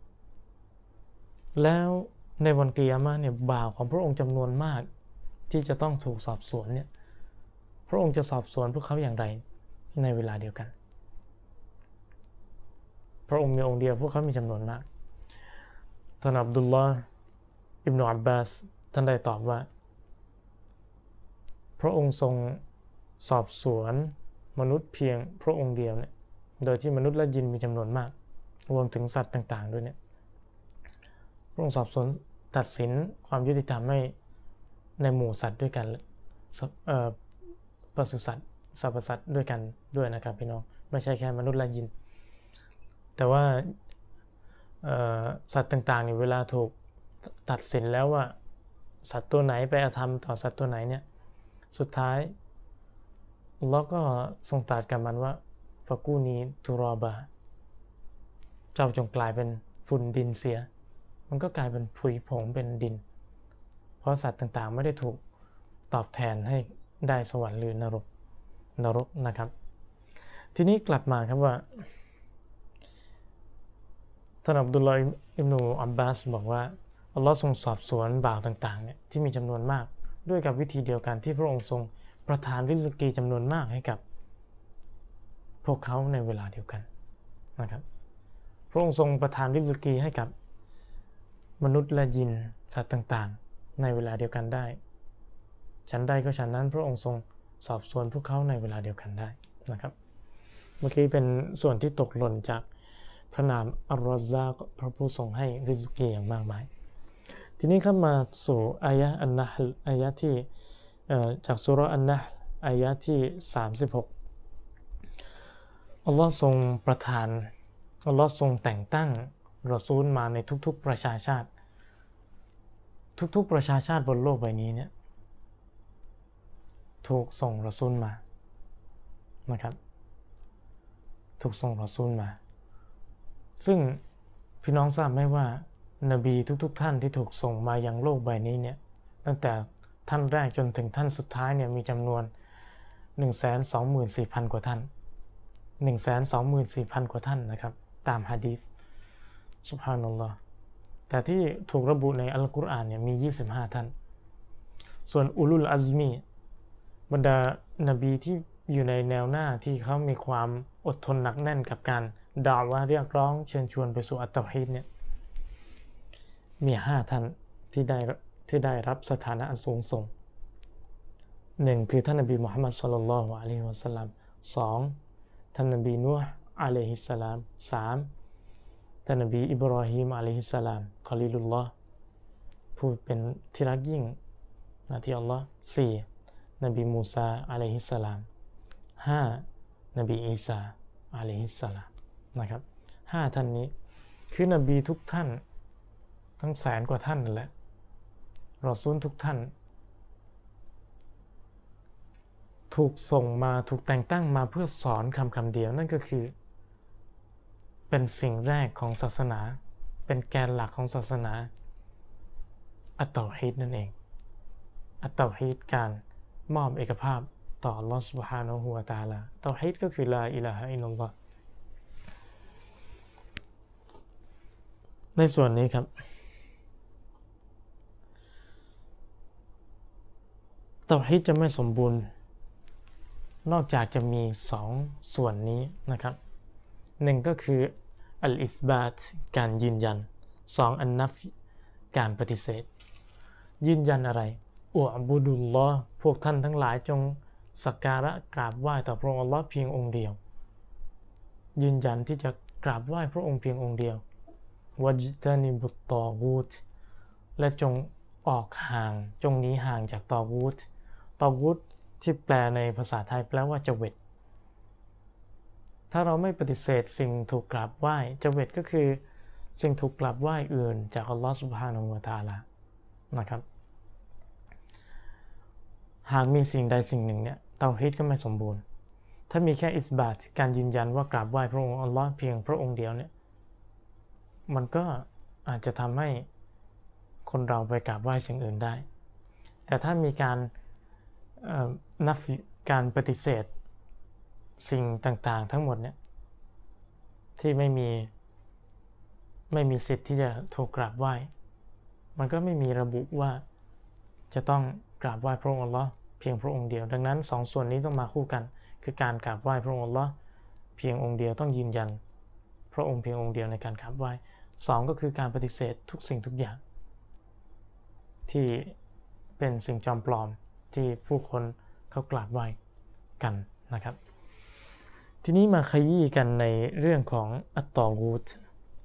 Speaker 1: แล้วในวันกิยามะห์เนี่ยบ่าวของพระองค์จำนวนมากที่จะต้องถูกสอบสวนเนี่ยพระองค์จะสอบสวนพวกเขาอย่างไรในเวลาเดียวกันพระองค์มีองค์เดียวพวกเขามีจำนวนมากท่านอับดุลลอฮ์อิบนุอับบาสท่านได้ตอบว่าพระองค์ทรงสอบสวนมนุษย์เพียงพระองค์เดียวเนี่ยโดยที่มนุษย์และยินมีจำนวนมากรวมถึงสัตว์ต่างๆด้วยเนี่ยพระองค์สอบสวนตัดสินความยุติธรรมให้ในหมู่สัตว์ด้วยกันเอ่อปศุสัตว์สรรพสัตว์ด้วยกันด้วยนะครับพี่น้องไม่ใช่แค่มนุษย์และยินแต่ว่าสัตว์ต่างๆเนี่ยเวลาถูกตัดสินแล้วว่าสัตว์ตัวไหนไปอาธรรมต่อสัตว์ตัวไหนเนี่ยสุดท้ายอัลลอฮ์ก็ทรงตรัสกับมันว่าฟะกูนีตุรอบะเจ้าจงกลายเป็นฝุ่นดินเสียมันก็กลายเป็นผุยผงเป็นดินเพราะสัตว์ต่างๆไม่ได้ถูกตอบแทนให้ได้สวรรค์หรือนรกนรกนะครับทีนี้กลับมาครับว่าท่านอับดุลลอฮ์อิบนุอับบาสบอกว่าอัลลอฮ์ทรงสอบสวนบ่าวต่างๆเนี่ยที่มีจำนวนมากด้วยกับวิธีเดียวกันที่พระองค์ทรงประทานริซกีจำนวนมากให้กับพวกเขาในเวลาเดียวกันนะครับพระองค์ทรงประทานริซกีให้กับมนุษย์และยินสัตว์ต่างๆในเวลาเดียวกันได้ฉันใดก็ฉันนั้นพระองค์ทรงสอบสวนพวกเขาในเวลาเดียวกันได้นะครับเมื่อกี้เป็นส่วนที่ตกหล่นจากพระนามอัลรอซากพระผู้ทรงให้ริซกีอย่างมากมายทีนี้เข้ามาสู่อายะอันนะห์ลอายะที่จากซูเราะห์อันนะห์ลอายะที่สามสิบหกอัลลอฮ์ทรงประทานอัลลอฮ์ทรงแต่งตั้งรอซูลมาในทุกๆประชาชาติทุกๆประชาชาติบนโลกใบนี้เนี่ยถูกส่งรอซูลมานะครับถูกส่งรอซูลมาซึ่งพี่น้องทราบไหมว่านบีทุกๆท่านที่ถูกส่งมายังโลกใบนี้เนี่ยตั้งแต่ท่านแรกจนถึงท่านสุดท้ายเนี่ยมีจำนวน หนึ่งแสนสองหมื่นสี่พัน กว่าท่าน หนึ่งแสนสองหมื่นสี่พัน กว่าท่านนะครับตามหะดีษซุบฮานัลลอฮ์แต่ที่ถูกระบุในอัลกุรอานเนี่ยมียี่สิบห้าท่านส่วนอุลุลอัซมีบรรดานบีที่อยู่ในแนวหน้าที่เขามีความอดทนหนักแน่นกับการด่าว่าเรียกร้องเชิญชวนไปสู่อัตตะฮีดเนี่ยมีห้าท่านที่ได้ที่ได้รับสถานะอันสูงส่งหนึ่งคือท่านนบีมุฮัมมัดศ็อลลัลลอฮุอะลัยฮิวะซัลลัมสองท่านนบีนูห์อะลัยฮิสสลามสามท่านนบีอิบรอฮีมอะลัยฮิสสลามคอลีลุลลอฮ์ผู้เป็นที่รักยิ่งนะที่อัลลอฮ์สี่นบีมูซาอะลัยฮิสสลามห้านบีอีสาอะลัยฮิสสลามนะครับห้าท่านนี้คือนบีทุกท่านทั้งแสนกว่าท่านนั่นแหละรอซูลทุกท่านถูกส่งมาถูกแต่งตั้งมาเพื่อสอนคำคำเดียวนั่นก็คือไปเป็นสิ่งแรกของศาสนาเป็นแกนหลักของศาสนาอัตเตาฮีดนั่นเองอัตเตาฮีดการมอบเอกภาพต่ออัลลอฮฺ سبحانه และ تعالى เตาฮีดก็คือลาอิลาฮะอิลลัลลอฮ์ในส่วนนี้ครับเตาฮีดจะไม่สมบูรณ์นอกจากจะมีสองส่วนนี้นะครับหนึ่งก็คืออัลอิสบาตการยืนยันสองอันนัฟการปฏิเสธยืนยันอะไรอุอบุดุลลอฮ์พวกท่านทั้งหลายจงสักการะกราบไหว้ต่อพระองค์อัลลอฮ์เพียงองค์เดียวยืนยันที่จะกราบไหว้พระองค์เพียงองค์เดียววัจตานิบุตตอกูตและจงออกห่างจงหนีห่างจากตอกูตตอกูตที่แปลในภาษาไทยแปลว่าเจวิตถ้าเราไม่ปฏิเสธสิ่งถูกกราบไหว้เจวิตก็คือสิ่งถูกกราบไหว้อื่นจากอัลลอฮฺซุบฮานะฮูวะตะอาลานะครับหากมีสิ่งใดสิ่งหนึ่งเนี่ยเตาฮีดก็ไม่สมบูรณ์ถ้ามีแค่อิสบาตการยืนยันว่ากราบไหว้พระองค์อัลลอฮ์เพียงพระองค์เดียวเนี่ยมันก็อาจจะทำให้คนเราไปกราบไหว้สิ่งอื่นได้แต่ถ้ามีการนับการปฏิเสธสิ่งต่างๆทั้งหมดเนี่ยที่ไม่มีไม่มีสิทธิ์ที่จะถูกกราบไหว้มันก็ไม่มีระบุว่าจะต้องกราบไหว้พระองค์อัลลอฮ์เพียงพระองค์เดียวดังนั้นสองส่วนนี้ต้องมาคู่กันคือการกราบไหว้พระองค์อัลลอฮ์เพียงองค์เดียวต้องยืนยันพระองค์เพียงองค์เดียวในการกราบไหว้สองก็คือการปฏิเสธทุกสิ่งทุกอย่างที่เป็นสิ่งจอมปลอมที่ผู้คนเขากราบไหว้กันนะครับทีนี้มาขยี้กันในเรื่องของอัตตอกูต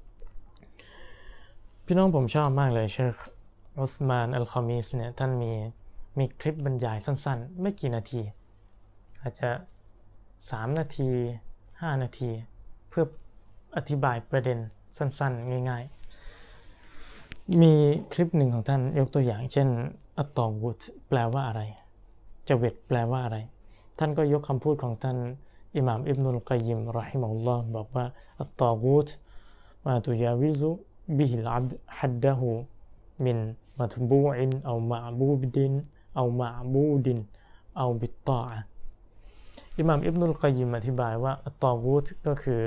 Speaker 1: พี่น้องผมชอบมากเลยเชคอุสมานอัลคอมีสเนี่ยท่านมีมีคลิปบรรยายสั้นๆไม่กี่นาทีอาจจะสามนาทีห้านาทีเพื่ออธิบายประเด็นสั้นๆง่ายๆมีคลิปหนึ่งของท่านยกตัวอย่างเช่นอัตตอกูตแปลว่าอะไรเจวิตแปลว่าอะไรท่านก็ยกคำพูดของท่านอิหม่ามอิบนุลกัยยิมรอฮิมะฮุลลอฮ์บอกว่าอัตตอกูตมาตุยาวิซุบิฮิลอับดฮัดดะฮูมินมัตบูอินเอามะบูดินเอามะบูดินเอาบิตตออะอิหม่ามอิบนุลกัยยิมอธิบายว่าอัตตอกูตก็คือ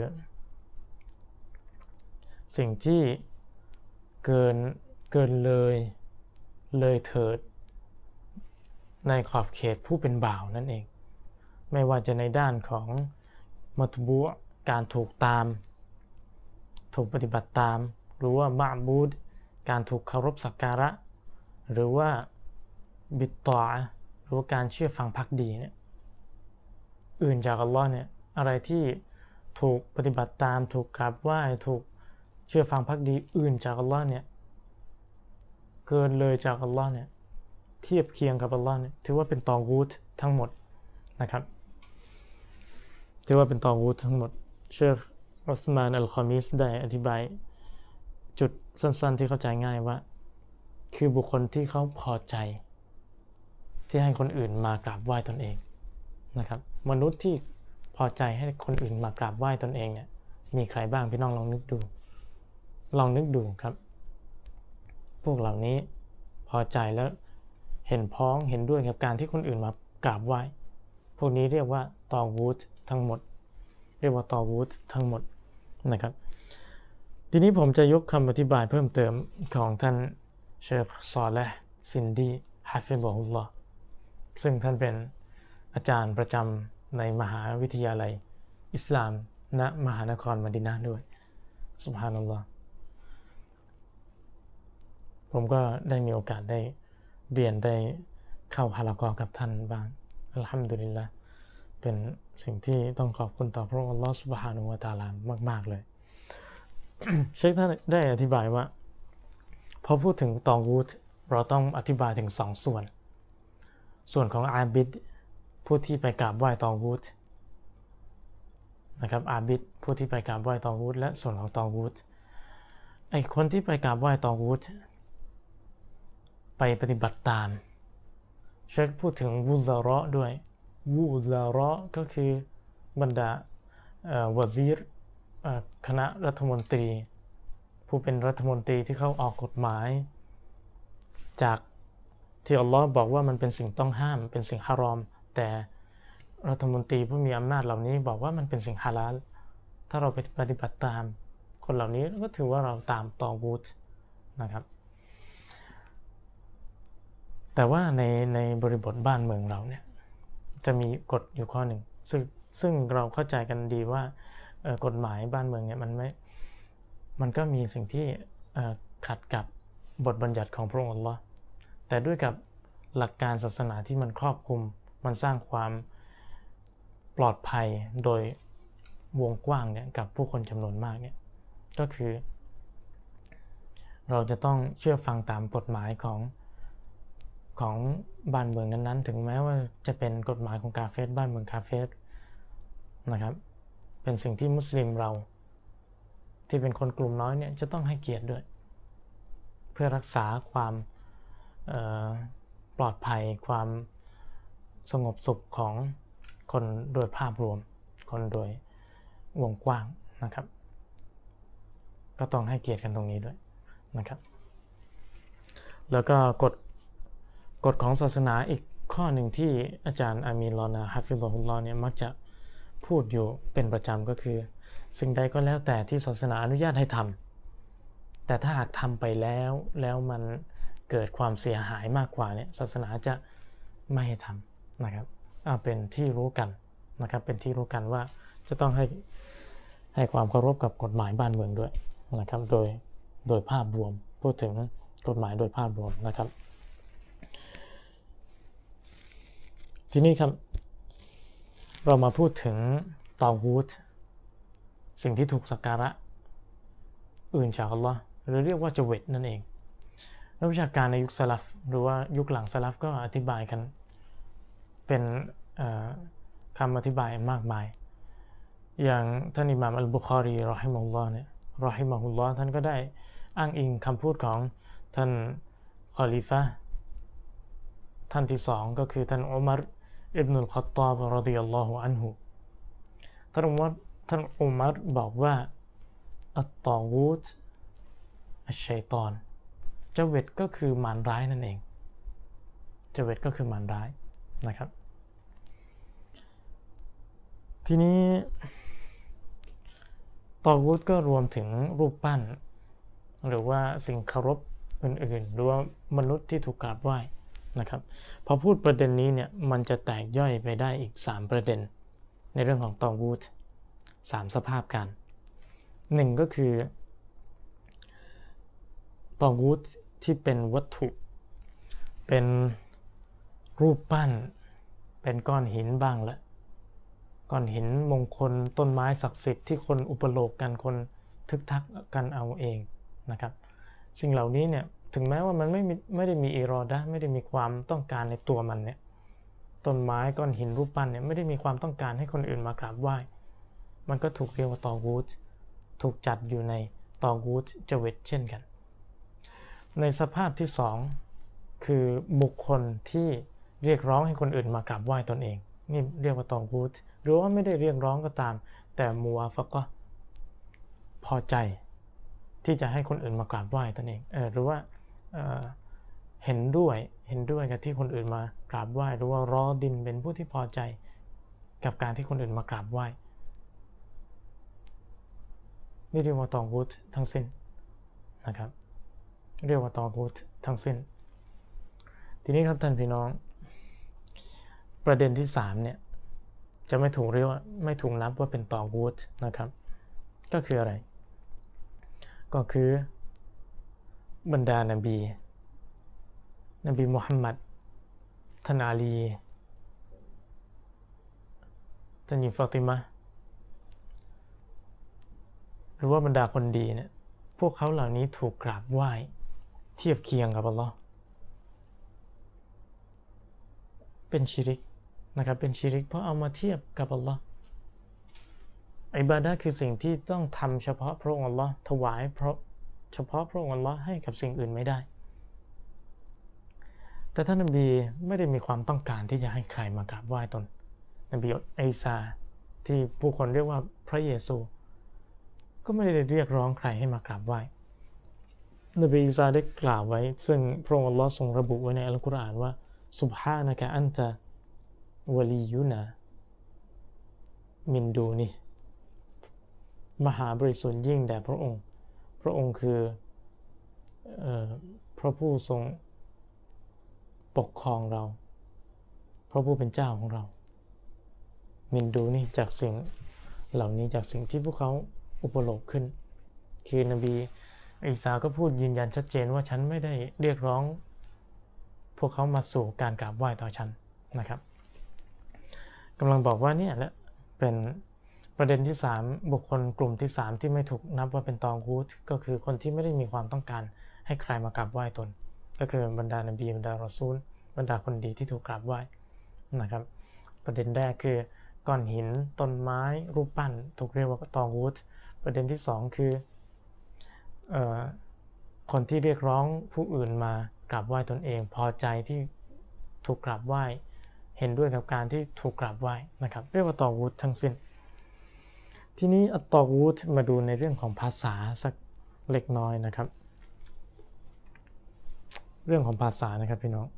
Speaker 1: สิ่งที่เกินเกินเลยเลยเถิดในขอบเขตผู้เป็นบ่าวนั่นเองไม่ว่าจะในด้านของมัตบูการถูกตามถูกปฏิบัติตามหรือว่ามะบูดการถูกเคารพสักการะหรือว่าบิตตออะหรือว่าการเชื่อฟังภักดีเนี่ยอื่นจากอัลลอฮ์เนี่ยอะไรที่ถูกปฏิบัติตามถูกกราบไหว้ถูกเชื่อฟังภักดีอื่นจากอัลลอฮ์เนี่ยเกินเลยจากอัลลอฮ์เนี่ยเทียบเคียงกับอัลลอฮ์เนี่ยถือว่าเป็นตอกูตทั้งหมดนะครับถือว่าเป็นตอกูตทั้งหมดเชคอุสมานอัลคอมิสได้อธิบายจุดสั้นๆที่เข้าใจง่ายว่าคือบุคคลที่เขาพอใจที่ให้คนอื่นมากราบไหว้ตนเองนะครับมนุษย์ที่พอใจให้คนอื่นมากราบไหว้ตนเองเนี่ยมีใครบ้างพี่น้องลองนึกดูลองนึกดูครับพวกเหล่านี้พอใจแล้วเห็นพ้องเห็นด้วยกับการที่คนอื่นมากราบไหว้พวกนี้เรียกว่าตอกูตทั้งหมดเรียกว่าตอกูตทั้งหมดนะครับทีนี้ผมจะยกคำอธิบายเพิ่มเติมของท่านเชคซอเลห์ซินดีฮะฟิซะฮุลลอฮ์ซึ่งท่านเป็นอาจารย์ประจำในมหาวิทยาลัยอิสลามณมหานครมะดีนะห์ด้วยซุบฮานัลลอฮ์ผมก็ได้มีโอกาสได้เรียนได้เข้าฮะละกอฮ์กับท่านบ้างอัลฮัมดุลิลละห์เป็นสิ่งที่ต้องขอบคุณต่อพระองค์อัลลอฮ์ซุบฮานะฮูวะตะอาลามากๆเลย เชคท่านได้อธิบายว่าพอพูดถึงตอกูตเราต้องอธิบายถึงสองส่วนส่วนของอาบิดผู้ที่ไปกราบไหว้ตอกูตนะครับอาบิดผู้ที่ไปกราบไหว้ตอกูตและส่วนของตอกูตไอคนที่ไปกราบไหว้ตอกูตไปปฏิบัติตามเชคพูดถึงวูซาเราะห์ด้วยวูซาเราะห์ก็คือบรรดาวะซีรคณะรัฐมนตรีผู้เป็นรัฐมนตรีที่เขาออกกฎหมายจากที่อัลลอฮ์บอกว่ามันเป็นสิ่งต้องห้ามเป็นสิ่งฮารอมแต่รัฐมนตรีผู้มีอำนาจเหล่านี้บอกว่ามันเป็นสิ่งฮาลาลถ้าเราไปปฏิบัติตามคนเหล่านี้ก็ถือว่าเราตามตอกูตนะครับแต่ว่าในในบริบทบ้านเมืองเราเนี่ยจะมีกฎอยู่ข้อหนึ่งซึ่งซึ่งเราเข้าใจกันดีว่ากฎหมายบ้านเมืองเนี่ยมันไม่มันก็มีสิ่งที่ขัดกับบทบัญญัติของพระองค์อัลลอฮ์แต่ด้วยกับหลักการศาสนาที่มันครอบคลุมมันสร้างความปลอดภัยโดยวงกว้างเนี่ยกับผู้คนจำนวนมากเนี่ยก็คือเราจะต้องเชื่อฟังตามกฎหมายของของบ้านเมืองนั้นๆถึงแม้ว่าจะเป็นกฎหมายของกาเฟรบ้านเมืองกาเฟรนะครับเป็นสิ่งที่มุสลิมเราที่เป็นคนกลุ่มน้อยเนี่ยจะต้องให้เกียรติด้วยเพื่อรักษาความปลอดภัยความสงบสุขของคนโดยภาพรวมคนโดยวงกว้างนะครับก็ต้องให้เกียรติกันตรงนี้ด้วยนะครับแล้วก็กฎกฎของศาสนาอีกข้อหนึ่งที่อาจารย์อามีน ลอนาฮะฟิซอฮุลลอฮ์เนี่ยมักจะพูดอยู่เป็นประจำก็คือสิ่งใดก็แล้วแต่ที่ศาสนาอนุญาตให้ทำแต่ถ้าหากทำไปแล้วแล้วมันเกิดความเสียหายมากกว่าเนี่ยศาสนาจะไม่ให้ทำนะครับเอาเป็นที่รู้กันนะครับเป็นที่รู้กันว่าจะต้องให้ให้ความเคารพกับกฎหมายบ้านเมืองด้วยนะครับโดยโดยภาพรวมพูดถึงกฎหมายโดยภาพรวมนะครับทีนี้ครับเรามาพูดถึงตอกูตสิ่งที่ถูกสักการะอื่นจากอัลลอฮ์หรือเรียกว่าจเวตนั่นเองนักวิชาการในยุคสลัฟหรือว่ายุคหลังสลัฟก็อธิบายกันเป็นคำอธิบายมากมายอย่างท่านอิหม่ามอัลบุคอรีรอฮิมะฮุลลอฮ์เนี่ยรอฮิมะฮุลลอฮ์ท่านก็ได้อ้างอิงคำพูดของท่านคอลิฟะห์ท่านที่สองก็คือท่านอุมัรอิบนุลค็อฏฏอบรอฎิยัลลอฮุอันฮุท่านอุมัรท่านอุมัรบอกว่าอัตตอกูตอัชชัยฏอนเจเวตก็คือมารร้ายนั่นเองเจเวตก็คือมารร้ายนะครับทีนี้ตอกูตก็รวมถึงรูปปั้นหรือว่าสิ่งเคารพอื่นๆหรือว่ามนุษย์ที่ถูกกราบไหว้นะครับพอพูดประเด็นนี้เนี่ยมันจะแตกย่อยไปได้อีกสามประเด็นในเรื่องของตอกูตสามสภาพกันหนึ่งก็คือตอกูตที่เป็นวัตถุเป็นรูปปั้นเป็นก้อนหินบ้างละก้อนหินมงคลต้นไม้ศักดิ์สิทธิ์ที่คนอุปโลกกันคนทึกทักกันเอาเองนะครับสิ่งเหล่านี้เนี่ยถึงแม้ว่ามันไม่ไม่ได้มีอิรอดะห์ไม่ได้มีความต้องการในตัวมันเนี่ยต้นไม้ก้อนหินรูปปั้นเนี่ยไม่ได้มีความต้องการให้คนอื่นมากราบไหว้มันก็ถูกเรียกว่าตอกูตถูกจัดอยู่ในตอกูตเจเวตเช่นกันในสภาพที่สองคือบุคคลที่เรียกร้องให้คนอื่นมากราบไหว้ตนเองนี่เรียกว่าตอกูตหรือว่าไม่ได้เรียกร้องก็ตามแต่มัวฟะก็พอใจที่จะให้คนอื่นมากราบไหว้ตนเองเออหรือว่าเอ่อเห็นด้วยเห็นด้วยกับที่คนอื่นมากราบไหว้หรือว่ารอดินเป็นผู้ที่พอใจกับการที่คนอื่นมากราบไหว้นี่เรียกว่าตอกูตทั้งสิ้นนะครับเรียกว่าตอกูตทั้งสิ้นทีนี้ครับท่านพี่น้องประเด็นที่สามเนี่ยจะไม่ถูกเรียกว่าไม่ถูกนับว่าเป็นตอกูตนะครับก็คืออะไรก็คือบรรดานบีนบีมุฮัมมัดท่านอาลีท่านหญิงฟาติมะห์หรือว่าบรรดาคนดีเนี่ยพวกเขาเหล่านี้ถูกกราบไหว้เทียบเคียงกับอัลลอฮ์เป็นชิริกนะครับเป็นชิริกเพราะเอามาเทียบกับอัลลอฮ์อิบาดะห์คือสิ่งที่ต้องทำเฉพาะพระองค์อัลลอฮ์ถวายเพราะเฉพาะพระองค์อัลลอฮ์ให้กับสิ่งอื่นไม่ได้แต่ท่านนบีไม่ได้มีความต้องการที่จะให้ใครมากราบไหว้ตนนบีอีสาที่ผู้คนเรียกว่าพระเยซูก็ไม่ได้เรียกร้องใครให้มากราบไหว้นบีอีสาได้กล่าวไว้ซึ่งพระองค์อัลลอฮ์ทรงระบุไว้ในอัลกุรอานว่าซุบฮานะกะอันตะวะลียุนามินดูนีมหาบริสุทธิ์ยิ่งแด่พระองค์พระองค์คือเอ่อพระผู้ทรงปกครองเราพระผู้เป็นเจ้าของเรามินดูนี่จากสิ่งเหล่านี้จากสิ่งที่พวกเขาอุปโลกขึ้นคือนบีอีสาก็พูดยืนยันชัดเจนว่าฉันไม่ได้เรียกร้องพวกเขามาสู่การกราบไหว้ต่อฉันนะครับกำลังบอกว่าเนี่ยแหละเป็นประเด็นที่สามบุคคลกลุ่มที่สามที่ไม่ถูกนับว่าเป็นตอกูตก็คือคนที่ไม่ได้มีความต้องการให้ใครมากราบไหว้ตนก็คือบรรดานบีบรรดารอซูลบรรดาคนดีที่ถูกกราบไหว้นะครับประเด็นแรกคือก้อนหินต้นไม้รูปปั้นถูกเรียกว่าตอกูตประเด็นที่สองคือเอ่อคนที่เรียกร้องผู้อื่นมากราบไหว้ตนเองพอใจที่ถูกกราบไหว้เห็นด้วยกับการที่ถูกกราบไหว้นะครับเรียกว่าตอกูตทั้งสิ้นทีนี้อัตตอกูตมาดูในเรื่องของภาษาสักเล็กน้อยนะครับเรื่องของภาษานะครับพี่น้อง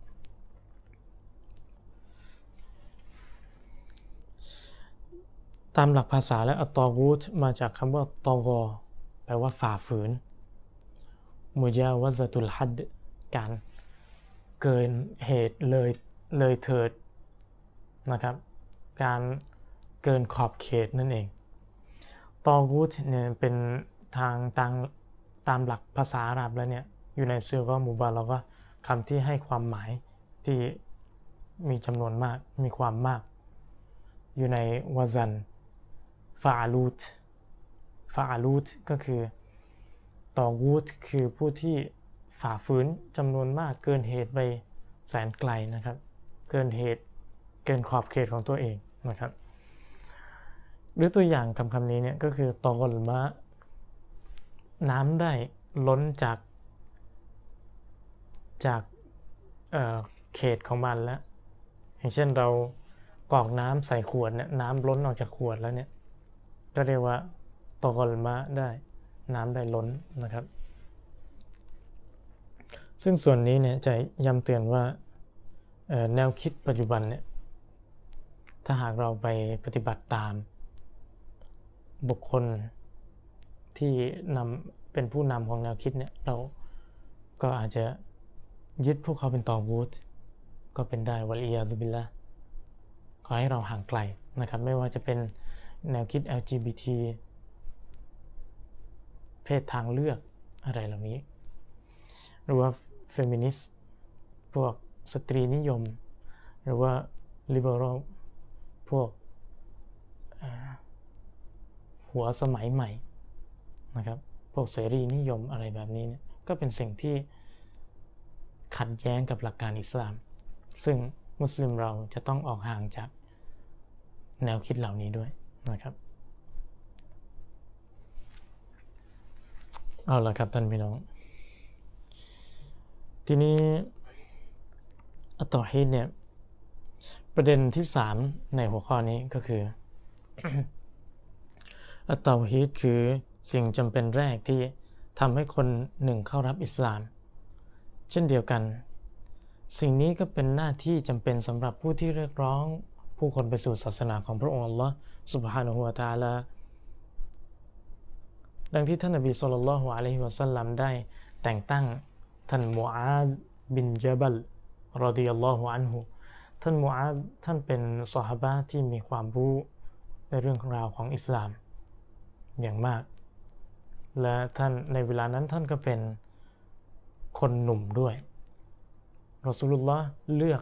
Speaker 1: ตามหลักภาษาและอัตตอกูตมาจากคำว่าตอกอแปลว่าฝ่าฝืนมุจาวะซะตุลฮัดการเกินเหตุเลยเลยเถิดนะครับการเกินขอบเขตนั่นเองตอกูตเนี่ยเป็นทางตามตามหลักภาษาอาหรับแล้วเนี่ยอยู่ในซีกอมุบาเราก็คำที่ให้ความหมายที่มีจำนวนมากมีความมากอยู่ในวาซันฟาอาลูตฟาอาลูตก็คือตอกูตคือผู้ที่ฝ่าฝืนจำนวนมากเกินเหตุไปแสนไกลนะครับเกินเหตุเกินขอบเขตของตัวเองนะครับหรือตัวอย่างคำคำนี้เนี่ยก็คือตอกลมะน้ำได้ล้นจากจากเอ่อเขตของมันแล้วอย่างเช่นเรากรอกน้ำใส่ขวดเนี่ยน้ำล้นออกจากขวดแล้วเนี่ยก็เรียกว่าตอกลมะได้น้ำได้ล้นนะครับซึ่งส่วนนี้เนี่ยจะย้ำเตือนว่าแนวคิดปัจจุบันเนี่ยถ้าหากเราไปปฏิบัติตามบุคคลที่นำเป็นผู้นำของแนวคิดเนี่ยเราก็อาจจะยึดพวกเขาเป็นตอกูตก็เป็นได้วะลียาซุบิลละขอให้เราห่างไกลนะครับไม่ว่าจะเป็นแนวคิด แอล จี บี ที เพศทางเลือกอะไรเหล่านี้หรือว่าเฟมินิสต์พวกสตรีนิยมหรือว่าลิเบอรัลพวกหัวสมัยใหม่นะครับพวกเสรีนิยมอะไรแบบนี้เนี่ยก็เป็นสิ่งที่ขัดแย้งกับหลักการอิสลามซึ่งมุสลิมเราจะต้องออกห่างจากแนวคิดเหล่านี้ด้วยนะครับเอาละครับท่านพี่น้องทีนี้อัตตอฮีดเนี่ยประเด็นที่สามในหัวข้อนี้ก็คือ อัตตอฮีดคือสิ่งจำเป็นแรกที่ทำให้คนหนึ่งเข้ารับอิสลามเช่นเดียวกันสิ่งนี้ก็เป็นหน้าที่จำเป็นสำหรับผู้ที่เรียกร้องผู้คนไปสู่ศาสนาของพระองค์อัลลอฮ์ซุบฮานะฮูวะตะอาลาดังที่ท่านนบีศ็อลลัลลอฮุอะลัยฮิวะซัลลัมได้แต่งตั้งท่านมูอาซบินญะบัลรอฎิยัลลอฮุอันฮุท่านมูอาซท่านเป็นซอฮาบะห์ที่มีความรู้ในเรื่องราวของอิสลามอย่างมากและท่านในเวลานั้นท่านก็เป็นคนหนุ่มด้วยรอซูลุลลอฮ์เลือก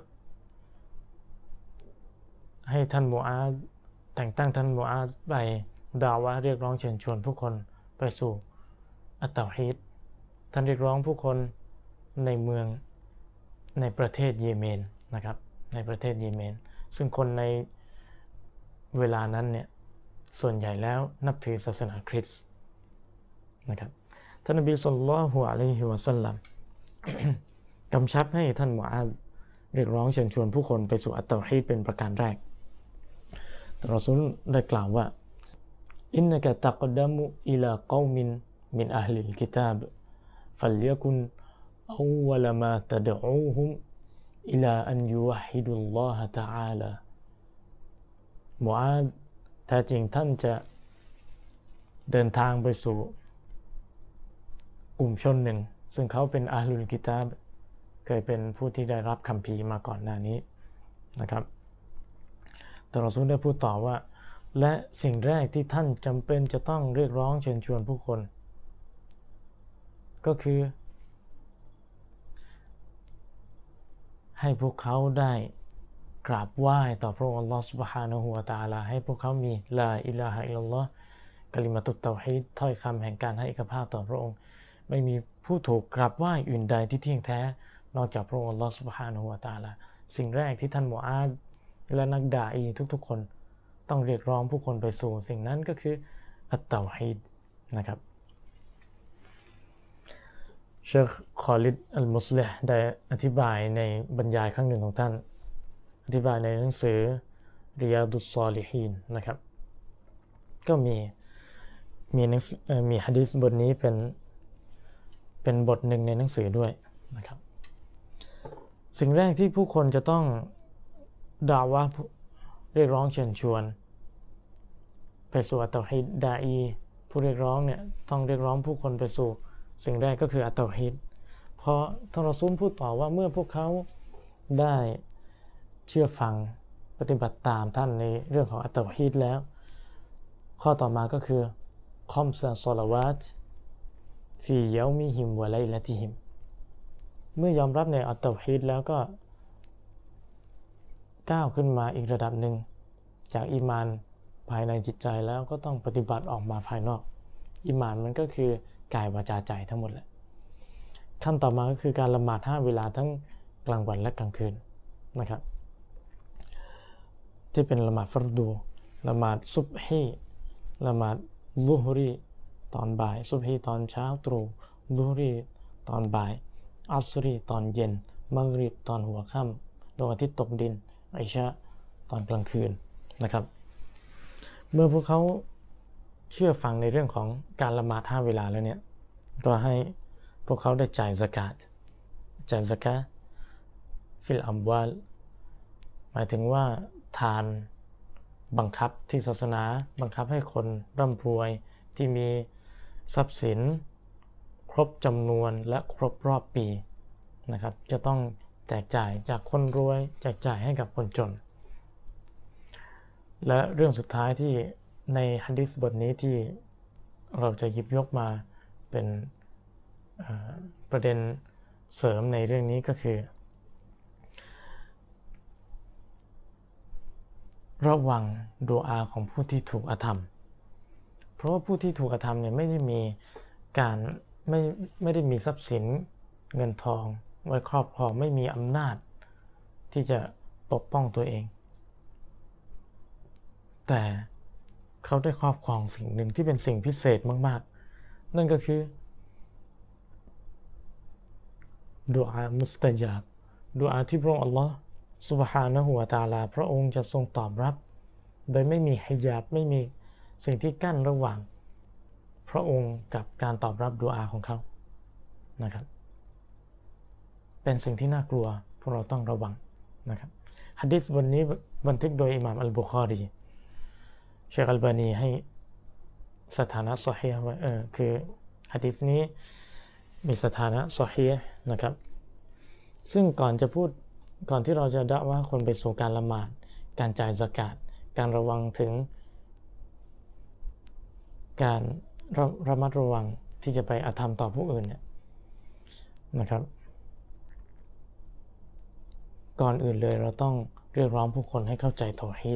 Speaker 1: ให้ท่านมูอาซแต่งตั้งท่านมูอาซไปดาวะเรียกร้องเชิญชวนผู้คนไปสู่อัตตอฮีดท่านเรียกร้องผู้คนในเมืองในประเทศเยเมนนะครับในประเทศเยเมนซึ่งคนในเวลานั้นเนี่ยส่วนใหญ่แล้วนับถือศาสนาคริสต์นะครับท่านนบีศ็อลลัลลอฮุอะลัยฮิวะซัลลัม กำชับให้ท่านมูอาซเรียกร้องเชิญชวนผู้คนไปสู่อัตตอฮีดเป็นประการแรกแต่รอซูลได้กล่าวว่าอินนักตักดัมุอิลากอมินมินอัลลิลกิตาบฟัลยกุนอวลมาตดอูฮุมอิลาอันยุวะฮิดุลลอฮะตะอาลามูอาซแท้จริงท่านจะเดินทางไปสู่กลุ่มชนหนึ่งซึ่งเขาเป็นอาลุลกิตาบเคยเป็นผู้ที่ได้รับคัมภีร์มาก่อนหน้านี้นะครับแต่รอซูลได้พูดต่อว่าและสิ่งแรกที่ท่านจำเป็นจะต้องเรียกร้องเชิญชวนผู้คนก็คือให้พวกเขาได้กราบไหว้ต่อพระองค์อัลลอฮฺซุบฮานะฮูวะตะอาลาให้พวกเขามีลาอิลาฮะอิลลัลลอฮ์กะลิมะตุตเตาฮีดถ้อยคำแห่งการให้เอกภาพต่อพระองค์ไม่มีผู้ถูกกราบไหว้อื่นใดที่เที่ยงแท้นอกจากพระองค์อัลลอฮฺซุบฮานะฮูวะตะอาลาสิ่งแรกที่ท่านมูอาซและนักดาอีทุกๆคนต้องเรียกร้องผู้คนไปสู่สิ่งนั้นก็คืออัตเตาฮีดนะครับเชคคอลิดอัลมุสลิห์ได้อธิบายในบรรยายครั้งหนึ่งของท่านอธิบายในหนังสือริยาดุสซอลิฮีนนะครับก็มีมีหนังสือมีหะดีษบทนี้เป็นเป็นบทหนึ่งในหนังสือด้วยนะครับสิ่งแรกที่ผู้คนจะต้องด่าว่าเรียกร้องเชิญชวนไปสู่อัตเตาฮีดดาอีผู้เรียกร้องเนี่ยต้องเรียกร้องผู้คนไปสู่สิ่งแรกก็คืออัตเตาฮีดเพราะท่านรอซูลพูดต่อว่าเมื่อพวกเขาได้เชื่อฟังปฏิบัติตามท่านในเรื่องของอัตเตาฮีดแล้วข้อต่อมาก็คือคอมซาซอลาวาตฟีเยามิฮิมวะไลละติฮิมเมื่อยอมรับในอัตเตาฮีดแล้วก็ก้าวขึ้นมาอีกระดับหนึ่งจากอีมานภายในจิตใจแล้วก็ต้องปฏิบัติออกมาภายนอกอีมานมันก็คือกายวาจาใจทั้งหมดแหละขั้นต่อมาก็คือการละหมาดห้าเวลาทั้งกลางวันและกลางคืนนะครับที่เป็นละหมาดฟัรดูละหมาดซุบฮีละหมาดซุฮรีตอนบ่ายซุบฮีตอนเช้าตรู่ซุฮรีตอนบ่ายอัสรีตอนเย็นมักริบตอนหัวค่ำดวงอาทิตย์ตกดินอิชาตอนกลางคืนนะครับเมื่อพวกเขาเชื่อฟังในเรื่องของการละหมาดห้าเวลาแล้วเนี่ยก็ให้พวกเขาได้จ่ายซะกาตจ่ายซะกาตฟิลอัมวาลหมายถึงว่าทานบังคับที่ศาสนาบังคับให้คนร่ำรวยที่มีทรัพย์สินครบจำนวนและครบรอบปีนะครับจะต้องแจกจ่ายจากคนรวยแจกจ่ายให้กับคนจนและเรื่องสุดท้ายที่ในหะดีษบทนี้ที่เราจะหยิบยกมาเป็นประเด็นเสริมในเรื่องนี้ก็คือระวังดุอาของผู้ที่ถูกอธรรมเพราะว่าผู้ที่ถูกอธรรมเนี่ยไม่ได้มีการไม่ไม่ได้มีทรัพย์สินเงินทองไว้ครอบครองไม่มีอำนาจที่จะปกป้องตัวเองแต่เขาได้ครอบครองสิ่งหนึ่งที่เป็นสิ่งพิเศษมากๆนั่นก็คือดุอามุสตะญาบดุอาที่พระองค์อัลลอฮ์ซุบฮานะฮูวะตะอาลาพระองค์จะทรงตอบรับโดยไม่มีฮิญาบไม่มีสิ่งที่กั้นระหว่างพระองค์กับการตอบรับดุอาของเขานะครับเป็นสิ่งที่น่ากลัวพวกเราต้องระวังนะครับหะดีษบทนี้บันทึกโดยอิหม่ามอัลบุคอรีเชคอัลบานีให้สถานะซอฮีฮ์ไว้เออคือหะดีษนี้มีสถานะซอฮีฮ์นะครับซึ่งก่อนจะพูดก่อนที่เราจะดะว่าคนไปสู่การละหมาดการจ่ายซะกาตการระวังถึงการระระมัดระวังที่จะไปอธรรมต่อผู้อื่นเนี่ยนะครับก่อนอื่นเลยเราต้องเรียกร้องผู้คนให้เข้าใจเตาฮีด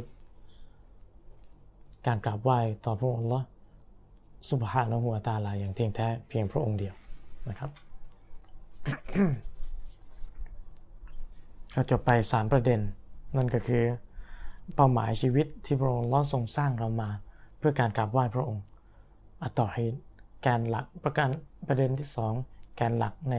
Speaker 1: การกราบไหว้ต่อพระองค์อัลเลาะห์ซุบฮานะฮูวะตะอาลาอย่างเที่ยงแท้เพียงพระองค์เดียวนะครับ เราจะไปสามประเด็นนั่นก็คือเป้าหมายชีวิตที่พระองค์อัลเลาะห์ทรงสร้างเรามาเพื่อการกราบไหว้พระองค์อัตตอฮีดแกนหลักประการประเด็นที่สองแกนหลักใน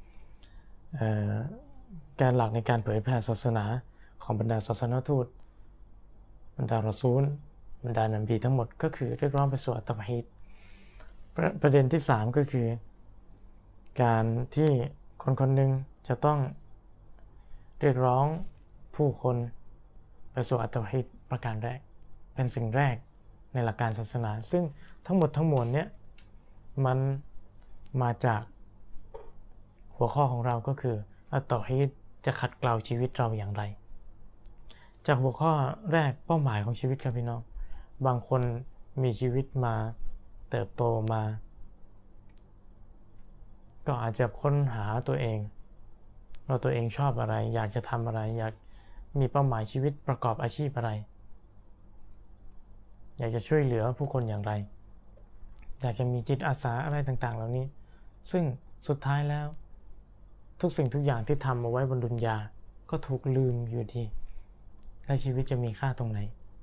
Speaker 1: แกนหลักในการเผยแผ่ศาสนาของบรรดาศาสนทูตบรรดารอซูลบรรดานบีทั้งหมดก็คือเรียกร้องไปสู่อัตตะวะฮีดประประเด็นที่สามก็คือการที่คนคนหนึ่งจะต้องเรียกร้องผู้คนไปสู่อัตตะวะฮีดประการแรกเป็นสิ่งแรกในหลักการศาสนาซึ่งทั้งหมดทั้งมวลเนี้ยมันมาจากหัวข้อของเราก็คืออัตตะวะฮีดจะขัดเกลาชีวิตเราอย่างไรจากหัวข้อแรกเป้าหมายของชีวิตครับพี่น้องบางคนมีชีวิตมาเติบโตมาก็อาจจะค้นหาตัวเองว่าตัวเองชอบอะไรอยากจะทำอะไรอยากมีเป้าหมายชีวิตประกอบอาชีพอะไรอยากจะช่วยเหลือผู้คนอย่างไรอยากจะมีจิตอาสาอะไรต่างๆเหล่านี้ซึ่งสุดท้ายแล้วทุกสิ่งทุกอย่างที่ทำเอาไว้บนดุนยาก็ถูกลืมอยู่ดีและชีวิตจะมีค่าตรงไหน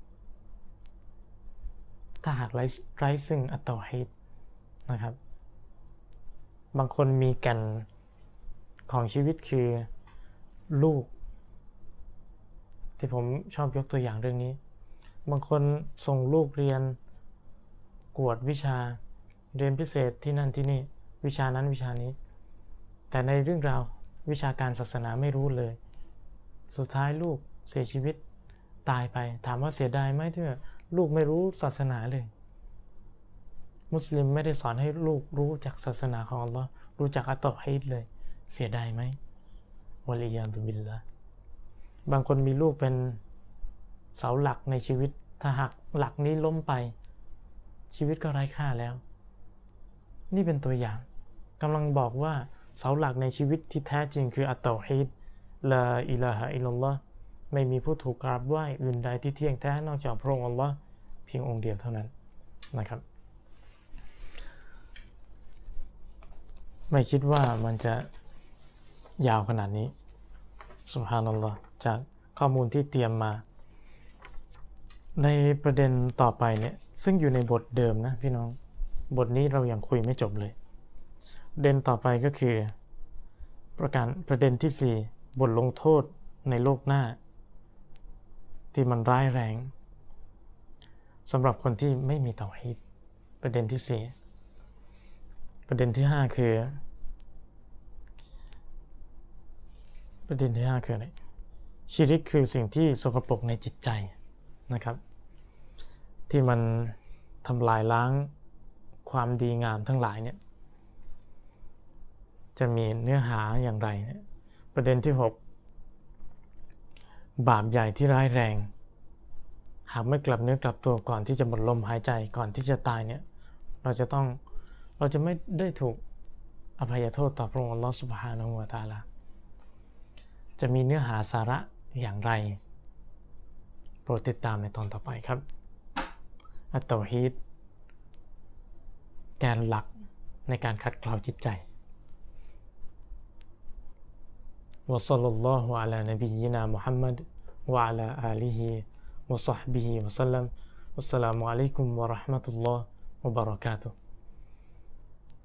Speaker 1: ถ้าหากไร้ไร้ซึ่งอัตตะวะฮีดนะครับบางคนมีแก่นของชีวิตคือลูกที่ผมชอบยกตัวอย่างเรื่องนี้บางคนส่งลูกเรียนกวดวิชาเรียนพิเศษที่นั่นที่นี่วิชานั้นวิชานี้แต่ในเรื่องราววิชาการศาสนาไม่รู้เลยสุดท้ายลูกเสียชีวิตตายไปถามว่าเสียดายไหมที่ลูกไม่รู้ศาสนาเลยมุสลิมไม่ได้สอนให้ลูกรู้จักศาสนาของอัลลอฮ์รู้จักอัตตะวะฮีดเลยเสียดายไหมวะลียาซุบิลละบางคนมีลูกเป็นเสาหลักในชีวิตถ้าหากหลักนี้ล้มไปชีวิตก็ไร้ค่าแล้วนี่เป็นตัวอย่างกำลังบอกว่าเสาหลักในชีวิตที่แท้จริงคืออัตตะวะฮีดลาอิลาฮะอิลลัลลอฮ์ไม่มีผู้ถูกกราบไหว้อื่นใดที่เที่ยงแท้นอกจากพระองค์อัลลอฮ์เพียงองค์เดียวเท่านั้นนะครับไม่คิดว่ามันจะยาวขนาดนี้ซุบฮานัลลอฮ์จากข้อมูลที่เตรียมมาในประเด็นต่อไปเนี่ยซึ่งอยู่ในบทเดิมนะพี่น้องบทนี้เรายังคุยไม่จบเลยประเด็นต่อไปก็คือประการประเด็นที่สี่บทลงโทษในโลกหน้าที่มันร้ายแรงสำหรับคนที่ไม่มีเตาฮีดประเด็นที่สี่ประเด็นที่ห้าคือประเด็นที่ห้าคืออะไรชิริกคือสิ่งที่สกปรกในจิตใจนะครับที่มันทำลายล้างความดีงามทั้งหลายเนี่ยจะมีเนื้อหาอย่างไรเนี่ยประเด็นที่หกบาปใหญ่ที่ร้ายแรงหากไม่กลับเนื้อกลับตัวก่อนที่จะหมดลมหายใจก่อนที่จะตายเนี่ยเราจะต้องเราจะไม่ได้ถูกอภัยโทษต่อพระองค์อัลลอฮฺซุบฮานะฮูวะตะอาลาจะมีเนื้อหาสาระอย่างไรโปรดติดตามในตอนต่อไปครับอัตตะวะฮีดแกนหลักในการขัดเกลาจิตใจวะศ็อลลัลลอฮุอะลานบียินามุฮัมมัดวะอะลาอาลิฮิวะศอฮบิฮิวะซัลลัมวัสสลามุอะลัยกุมวะเราะห์มะตุลลอฮ์วะบะเราะกาตุฮ์